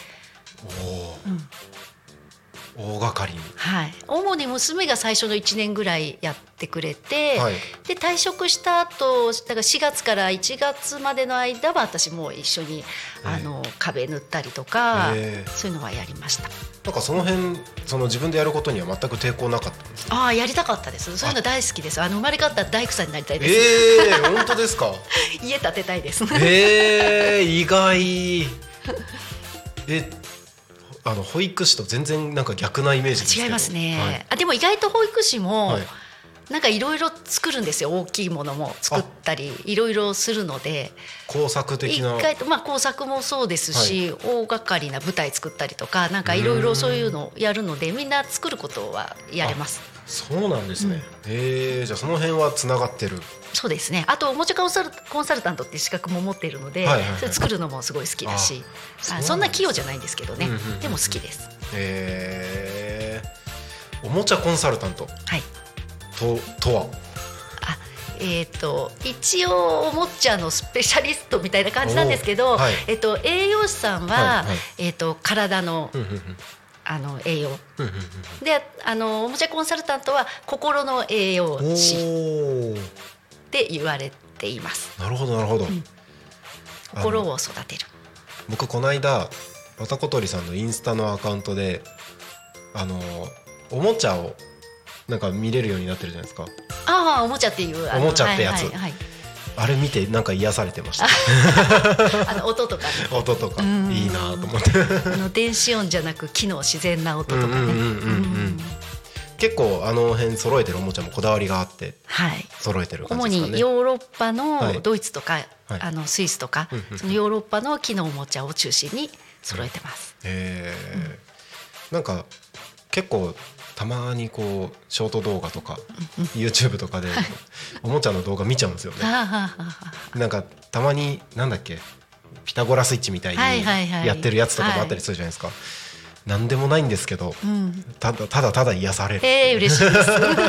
お、うん、大掛かりに、 はい、主に娘が最初のいちねんぐらいやってくれて、はい、で退職した後だからしがつからいちがつまでの間は私も一緒に、えー、あの壁塗ったりとか、えー、そういうのはやりました。 なんかその辺その自分でやることには全く抵抗なかったんですか？ ああ、やりたかったです。そういうの大好きです。あの生まれ変わったら大工さんになりたいです。 えー、本当ですか？ 家建てたいです。 えー、意外。え、あの保育士と全然なんか逆なイメージですけど。 違いますね、はい、あでも意外と保育士も、はい、なんかいろいろ作るんですよ。大きいものも作ったりいろいろするので、 工作的な、 意外とまあ工作もそうですし、はい、大掛かりな舞台作ったりとかなんかいろいろそういうのをやるので、みんな作ることはやれます。 そうなんですね、うん、えー、じゃあその辺はつながってる。そうですね。あとおもちゃコンサル、コンサルタントっていう資格も持っているので、はいはいはい、それ作るのもすごい好きだし、あ、 そ, そんな器用じゃないんですけどね、うんうんうんうん、でも好きです。 えー、おもちゃコンサルタント、 はい、 と, とはあえー、と一応おもちゃのスペシャリストみたいな感じなんですけど、はい、えー、と栄養士さんは、はいはい、えー、と体のあの栄養で、あのおもちゃコンサルタントは心の栄養士って言われています。 なるほどなるほど、うん、 心を育てる。 僕この間わたことりさんのインスタのアカウントであのおもちゃをなんか見れるようになってるじゃないですか。 ああ、おもちゃっていうおもちゃってやつ、はいはいはい、あれ見てなんか癒されてましたあの音とか、ね、 音とかいいなと思ってあの電子音じゃなく機能自然な音とかね。 結構あの辺揃えてるおもちゃもこだわりがあって揃えてる感じですかね。 主にヨーロッパのドイツとか、はい、あのスイスとか、はい、そのヨーロッパの木のおもちゃを中心に揃えてます。 へー、うん、なんか結構たまにこうショート動画とか YouTube とかでおもちゃの動画見ちゃうんですよねなんかたまになんだっけピタゴラスイッチみたいにやってるやつとかもあったりするじゃないですか。なんでもないんですけど、うん、ただただただ癒される。 えー、嬉しいです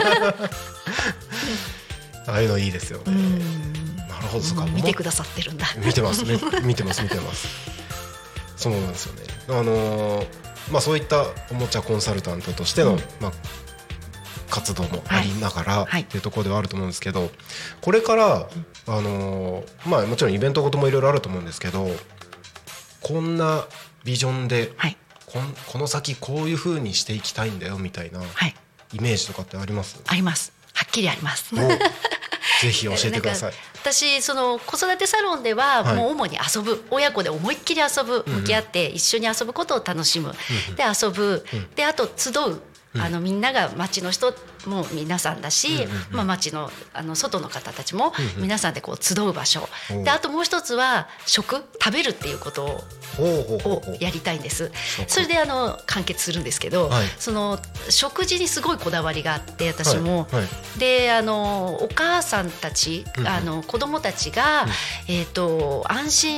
ああいうのいいですよね。なるほど、そうか、 見てくださってるんだ。 見てます見てます見てますそうなんですよね。あのーまあ、そういったおもちゃコンサルタントとしての、うん、まあ、活動もありながら、はい、っていうところではあると思うんですけど、これから、あのーまあ、もちろんイベントごともいろいろあると思うんですけど、こんなビジョンで、はい、こ, んこの先こういう風にしていきたいんだよみたいなイメージとかってあります？ あります。はっきりありますぜひ教えてください。 私その子育てサロンではもう主に遊ぶ、はい、親子で思いっきり遊ぶ、向き合って一緒に遊ぶことを楽しむ、うん、で遊ぶ、うん、であと集う、あのみんなが町の人も皆さんだし、うんうんうん、まあ、町の、あの外の方たちも皆さんでこう集う場所、うんうん、であともう一つは食食べるっていうことををやりたいんです。それであの完結するんですけど、はい、その食事にすごいこだわりがあって私も、はいはい、であのお母さんたち、うん、あの子どもたちが、うん、えーと、安心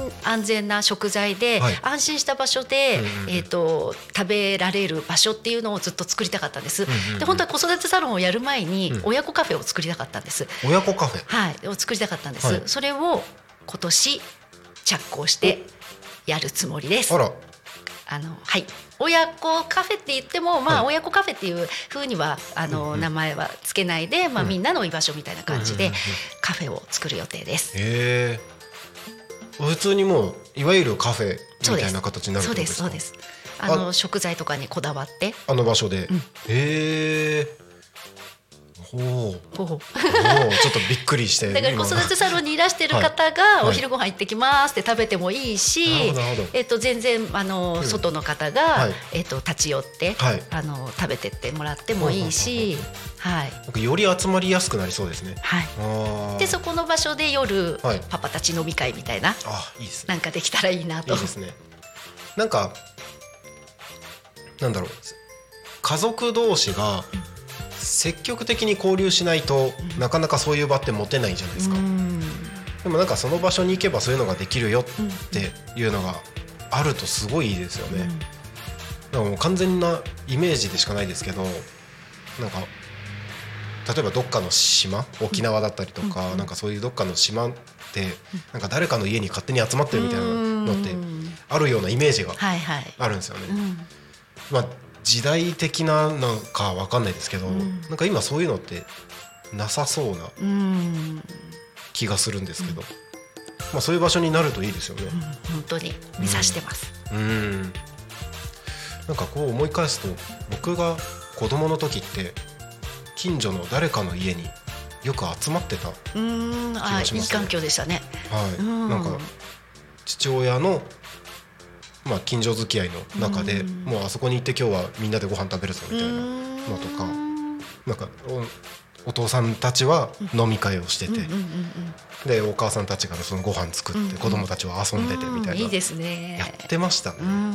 安全な食材で、はい、安心した場所で、うんうん、えーと、食べられる場所っていうのをずっと作りたかったんです、うんうんうん、で本当は子育てサロンをやる前に親子カフェを作りたかったんです、 うん、親子カフェ、 はい、を作りたかったんです、はい、それを今年着工してやるつもりです。 あら、 あのはい親子カフェって言っても、まあ、親子カフェっていう風にはあの、うん、名前はつけないで、まあ、みんなの居場所みたいな感じでカフェを作る予定です。 へー、普通にもういわゆるカフェみたいな形になるってことですか？ そうですそうです。あの食材とかにこだわってあの場所で、うん、へー、ほうほうほうちょっとびっくりしてだから子育てサロンにいらしてる方がお昼ご飯行ってきますって食べてもいいし、えっと全然あの外の方がえっと立ち寄ってあの食べてってもらってもいいし、はい、 より集まりやすくなりそうですね。 はい、でそこの場所で夜パパたち飲み会みたいな、 あ、いいですね、 なんかできたらいいなと。 いいですね。なんかなんだろう、家族同士が積極的に交流しないと、うん、なかなかそういう場って持てないじゃないですか。でもなんかその場所に行けばそういうのができるよっていうのがあるとすごいいいですよね。うん、だからもう完全なイメージでしかないですけど、なんか例えばどっかの島、沖縄だったりとか、うん、なんかそういうどっかの島ってなんか誰かの家に勝手に集まってるみたいなのってあるようなイメージがあるんですよね。はいはい、うん、まあ時代的なのか分かんないですけど、うん、なんか今そういうのってなさそうな気がするんですけど、うん、まあそういう場所になるといいですよね。うん、 本当に目指してます。 うん、うん、なんかこう思い返すと、僕が子供の時って近所の誰かの家によく集まってた気がしますね。うん、あ、いい環境でしたね。 はい、うん、なんか父親のまあ、近所付き合いの中で、もうあそこに行って今日はみんなでご飯食べるぞみたいなのとか、なんか お, お父さんたちは飲み会をしてて、でお母さんたちがそのご飯作って子供たちは遊んでてみたいな、 いいですね、 やってましたね。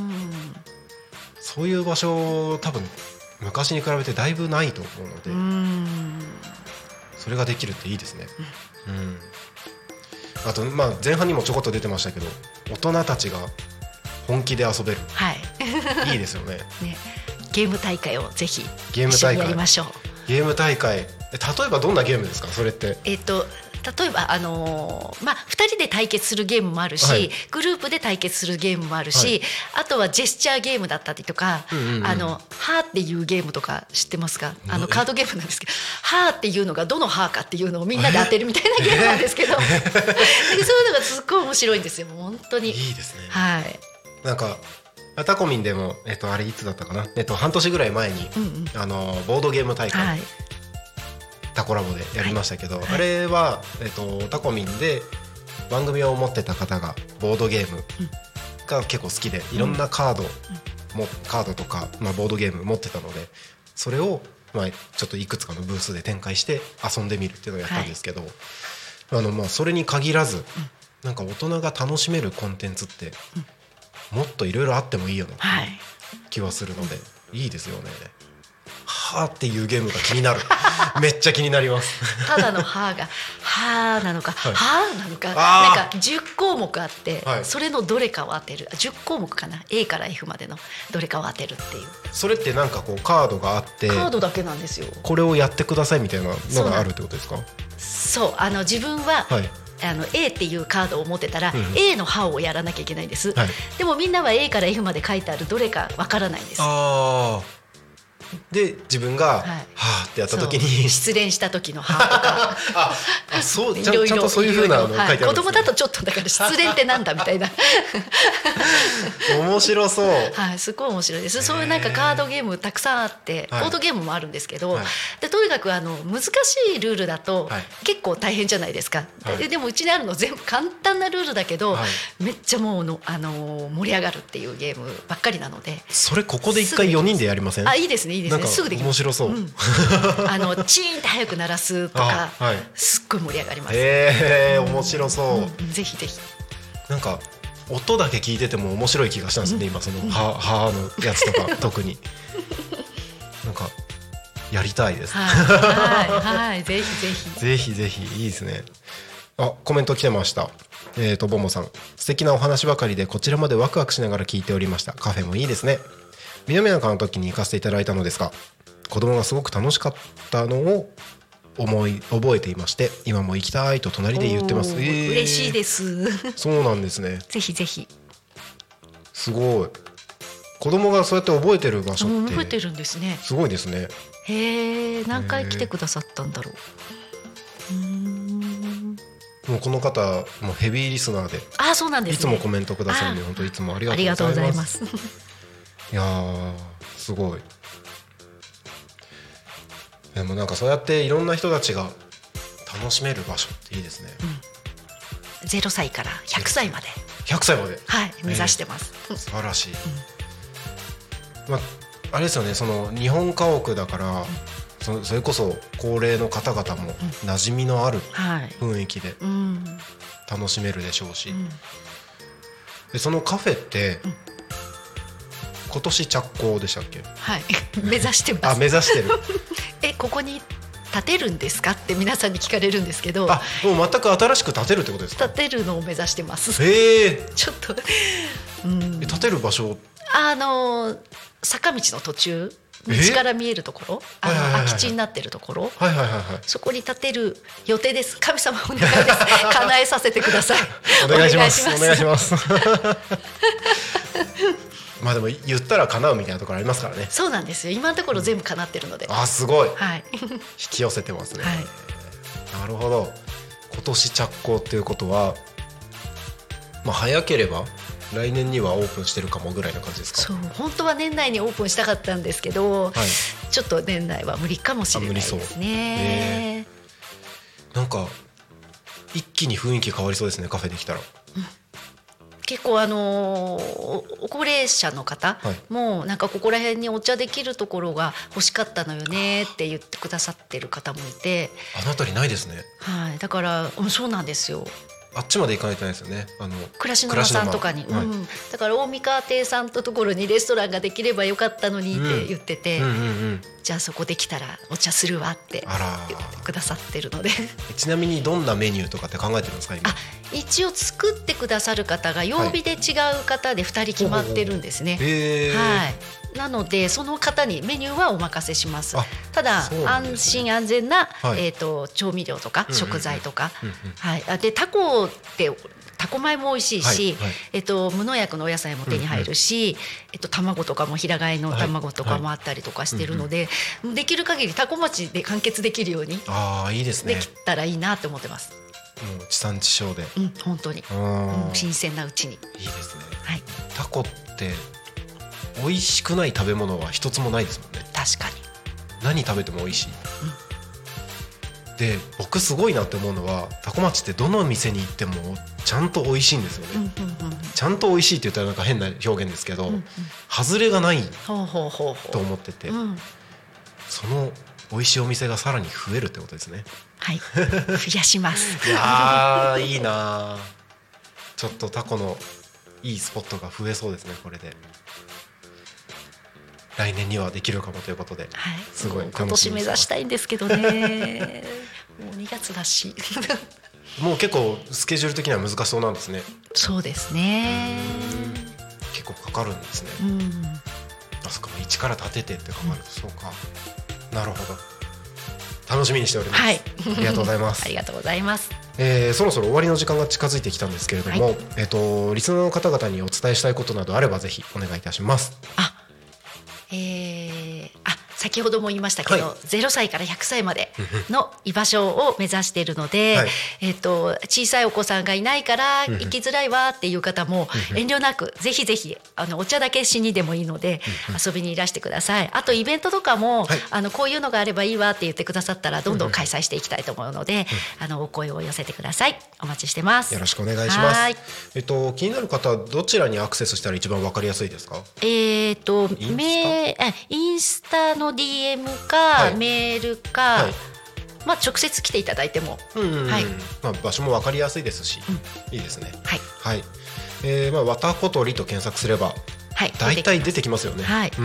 そういう場所多分昔に比べてだいぶないと思うので、それができるっていいですね。うん、あと、まあ、前半にもちょこっと出てましたけど、大人たちが本気で遊べる、はい、いいですよ ね, ねゲーム大会をぜひ一緒にやりましょう。 ゲーム大会、例えばどんなゲームですか、それって。 えっと例えば、あのーまあ、ふたりで対決するゲームもあるし、はい、グループで対決するゲームもあるし、はい、あとはジェスチャーゲームだったりとか、うんうんうん、あのはーっていうゲームとか知ってますか？あのカードゲームなんですけど、はーっていうのがどのはーかっていうのをみんなで当てるみたいなゲームなんですけどそういうのがすっごい面白いんですよ、本当に。 いいですね。 はい、 なんかタコミンでも、えっと、あれいつだったかな、えっと、半年ぐらい前に、うんうん、あのボードゲーム大会、はい、タコラボでやりましたけど、はい、あれは、えっと、タコミンで番組を持ってた方がボードゲームが結構好きで、いろんなカードも、カードとか、まあ、ボードゲーム持ってたので、それを、まあ、ちょっといくつかのブースで展開して遊んでみるっていうのをやったんですけど、はい、あのまあそれに限らず、なんか大人が楽しめるコンテンツってもっといろいろあってもいいような気はするので、いいですよね。はーっていうゲームが気になるめっちゃ気になりますただのはーがはーなのか、はい、はーなのか、なんかじゅっこうもくあって、はい、それのどれかを当てる、じゅっこうもくかな、 A から F までのどれかを当てるっていう。 それってなんかこうカードがあって、 カードだけなんですよ。これをやってくださいみたいなのがあるってことですか？ そう、あの自分は、はい、あの A っていうカードを持ってたら、うん、A の歯をやらなきゃいけないんです、はい、でもみんなは A から F まで書いてあるどれかわからないんです。 あで自分が、はい、はーってやった時に失恋した時のはーとかああそうちゃんとそういう風なの書いてあるんですね、はい、 子供だとちょっとだから失恋ってなんだみたいな面白そう、 はい、すごい面白いです。そういうなんかカードゲームたくさんあって、ボードゲームもあるんですけど、はい、でとにかくあの難しいルールだと結構大変じゃないですか、はい、で, でもうちにあるの全部簡単なルールだけど、はい、めっちゃもうの、あのー、盛り上がるっていうゲームばっかりなので。 それここで一回よにんでやりません？ あ、いいですね、いいですね、すぐできます。 面白そう、うん、 あのチーンって早く鳴らすとか、はい、すっごい盛り上がります。 へー、面白そう、 うん、ぜひぜひ。 なんか音だけ聞いてても面白い気がしたんですね、うん、今そのははのやつとか特になんかやりたいです。 はい、はい、はい、ぜひぜひぜひぜひ、いいですね。あ、コメント来てました。 えーとボモさん、素敵なお話ばかりでこちらまでワクワクしながら聞いておりました。カフェもいいですね。南中の時に行かせていただいたのですが、子供がすごく楽しかったのを思い覚えていまして、今も行きたいと隣で言ってます。えー、 嬉しいです。 そうなんですね。 ぜひぜひ。 すごい。子供がそうやって覚えてる場所って覚えてるんですね。 すごいですね。 へえ、何回来てくださったんだろう。うーん、 もうこの方もヘビーリスナーで、 あ、そうなんですね。 いつもコメントくださるんで、本当いつもありありががとうございま。 とうございますす。 いやー、すごい。でもなんかそうやっていろんな人たちが楽しめる場所っていいですね。 うん、ゼロさいからひゃくさいまで、 ひゃくさいまで、 はい、目指してます。 えー、素晴らしい。うん、まああれですよね、その日本家屋だから、うん、そ, それこそ高齢の方々も馴染みのある雰囲気で楽しめるでしょうし、うん、でそのカフェって、うん、今年着工でしたっけ？はい目指してます。 あ、目指してるえ、ここに建てるんですかって皆さんに聞かれるんですけど、 あ、もう全く新しく建てるってことですか？ 建てるのを目指してます。 へえ。 ちょっと、うん、 建てる場所、 あの坂道の途中、道から見えるところ、あの空き地になってるところ、はいはいはいはい、そこに建てる予定です。神様お願いです叶えさせてください。 お願いします。お願いします。まあでも言ったら叶うみたいなところありますからね。 そうなんですよ。今のところ全部叶ってるので、 うん、あ、すごい、 はい、 引き寄せてますね、 はい、 なるほど。今年着工っていうことは、まあ、早ければ来年にはオープンしてるかもぐらいな感じですか？ そう、本当は年内にオープンしたかったんですけど、はい、ちょっと年内は無理かもしれないですね。 なんか一気に雰囲気変わりそうですね、カフェできたら。うん、 結構あのー、高齢者の方もなんかここら辺にお茶できるところが欲しかったのよねって言ってくださってる方もいて、 あの辺りないですね。 はい、だから、うん、そうなんですよ。 あっちまで行かないとないですよね。あの暮らしの間さんとかに、はい、うん、だから大三川亭さんのところにレストランができればよかったのにって言ってて、うんうんうんうん、じゃあそこできたらお茶するわって言ってくださってるので。ちなみにどんなメニューとかって考えてるんですか今？ あ、一応作ってくださる方が曜日で違う方でふたり決まってるんですね、はい、なのでその方にメニューはお任せします。ただ、ね、安心安全な、はい、えーと、調味料とか食材とか、うんうんうん、はい、でタコってタコ米も美味しいし、はいはい、えっと、無農薬のお野菜も手に入るし、うんうん、えっと、卵とかも平飼いの卵とかもあったりとかしてるので、はいはい、できる限りタコ町で完結できるように、 あ、いいですね、 できたらいいなと思ってます。 もう地産地消で、 うん、本当に、うん、新鮮なうちに。 いいですね、 はい、 タコって美味しくない食べ物は一つもないですもんね。 確かに何食べても美味しい、うん、で僕すごいなって思うのは、タコ町ってどの店に行ってもちゃんと美味しいんですよね、うんうんうん、ちゃんと美味しいって言ったらなんか変な表現ですけど、うんうん、外れがないと思ってて、うん、その美味しいお店がさらに増えるってことですね。 はい、増やしますいやいいな。ちょっとタコのいいスポットが増えそうですね。これで来年にはできるかもということで、 はい、 すごい今年目指したいんですけどねもうにがつだしもう結構スケジュール的には難しそうなんですね。 そうですね、 結構かかるんですね。うん、あそこも一から立ててって考えると、そうか、なるほど、楽しみにしております、はい、ありがとうございますありがとうございます。 えー、そろそろ終わりの時間が近づいてきたんですけれども、はい、えーと、リスナーの方々にお伝えしたいことなどあればぜひお願いいたします。 あ、えー、あ、先ほども言いましたけど、はい、ゼロさいからひゃくさいまでの居場所を目指しているので、はい、えーと、小さいお子さんがいないから行きづらいわっていう方も遠慮なくぜひぜひあのお茶だけしにでもいいので遊びにいらしてください。あとイベントとかも、はい、あのこういうのがあればいいわって言ってくださったらどんどん開催していきたいと思うので、あのお声を寄せてください。お待ちしてます。 よろしくお願いします。えっと、気になる方どちらにアクセスしたら一番わかりやすいですか？ えーとインスタ、メインスタの ディーエム か、はい、メールか、はい、まあ、直接来ていただいても、うんうんうん、はい、 まあ、場所も分かりやすいですし、うん、いいですね。 はい、 はい、えーまあ、わたことりと検索すれば、はい、大体出てきますよね。 はい、 うん、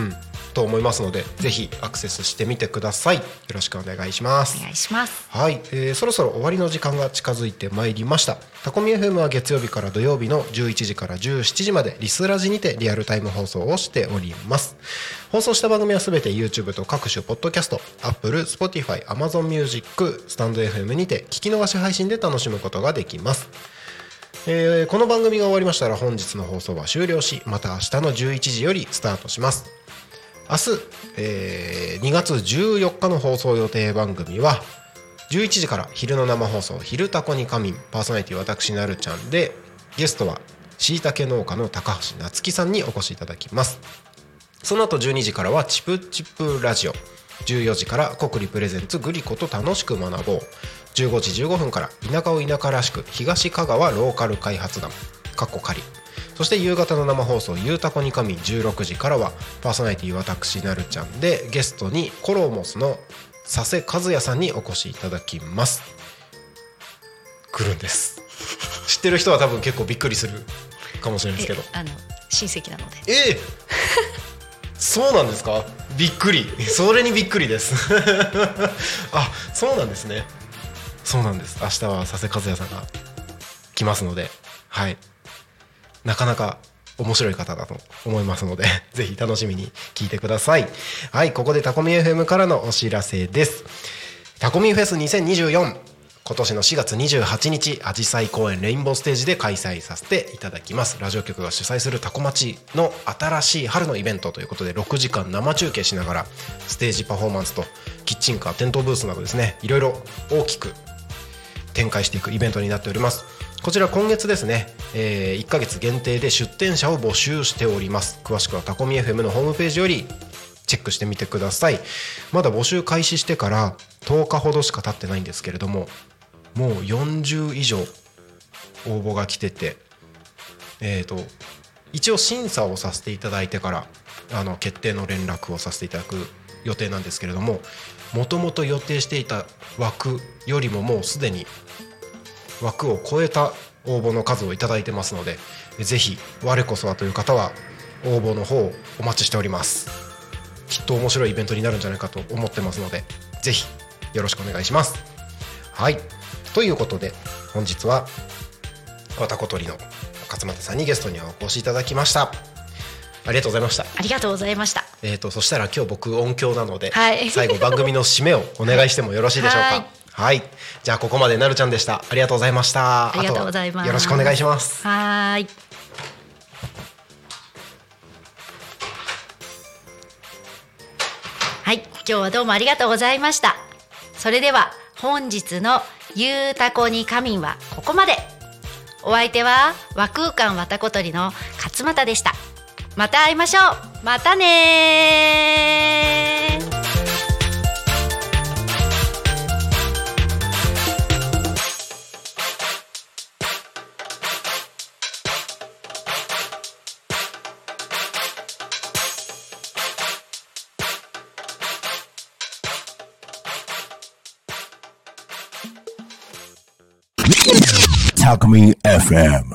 と思いますので、ぜひアクセスしてみてください。よろしくお願いします。 お願いします。 はい、えー、そろそろ終わりの時間が近づいてまいりました。タコミ エフエム は月曜日から土曜日のじゅういちじからじゅうしちじまでリスラジにてリアルタイム放送をしております。放送した番組はすべて YouTube と各種ポッドキャスト、Apple、Spotify、Amazon Music、スタンド エフエム にて聞き逃し配信で楽しむことができます。えー、この番組が終わりましたら本日の放送は終了し、また明日のじゅういちじよりスタートします。明日、えー、にがつじゅうよっかの放送予定番組はじゅういちじから昼の生放送昼タコに仮眠、パーソナリティ私なるちゃんで、ゲストはしいたけ農家の高橋夏樹さんにお越しいただきます。その後じゅうにじからはチプチプラジオ、じゅうよじから国立プレゼンツグリコと楽しく学ぼう、じゅうごじじゅうごふんから田舎を田舎らしく東香川ローカル開発団かっこ仮、そして夕方の生放送ゆうたこに仮眠じゅうろくじからはパーソナリティ私なるちゃんで、ゲストにコロモスの佐世和也さんにお越しいただきます。来るんです知ってる人は多分結構びっくりするかもしれないですけど、 あの親戚なので。 えー、そうなんですか。びっくり、それにびっくりですあ、そうなんですね。そうなんです。明日は佐世和也さんが来ますので、はい、なかなか面白い方だと思いますのでぜひ楽しみに聞いてください。はい、ここでタコミ エフエム からのお知らせです。タコミフェスにせんにじゅうよん、今年のしがつにじゅうはちにちあじさい公園レインボーステージで開催させていただきます。ラジオ局が主催するタコ町の新しい春のイベントということでろくじかん生中継しながらステージパフォーマンスとキッチンカー、店頭ブースなどですね、いろいろ大きく展開していくイベントになっております。こちら今月ですね、えー、いっかげつ限定で出店者を募集しております。詳しくはタコミ エフエム のホームページよりチェックしてみてください。まだ募集開始してからとおかほどしか経ってないんですけれども、もうよんじゅういじょう応募が来てて、えーと一応審査をさせていただいてからあの決定の連絡をさせていただく予定なんですけれども、もともと予定していた枠よりももうすでに枠を超えた応募の数をいただいてますので、ぜひ我こそはという方は応募の方お待ちしております。きっと面白いイベントになるんじゃないかと思ってますので、ぜひよろしくお願いします。はい、ということで本日はわたことりの勝俣さんにゲストにお越しいただきました。ありがとうございました。 ありがとうございました。 えーとそしたら今日僕音響なので、 はい、最後番組の締めをお願いしてもよろしいでしょうか。はいはい、じゃあここまでなるちゃんでした。ありがとうございました。 ありがとうございます。 よろしくお願いします。 はい。はい、今日はどうもありがとうございました。それでは本日のゆうたこに仮眠はここまで。お相手は和空間わたことりの勝俣でした。また会いましょう。またね。 タコミ エフエム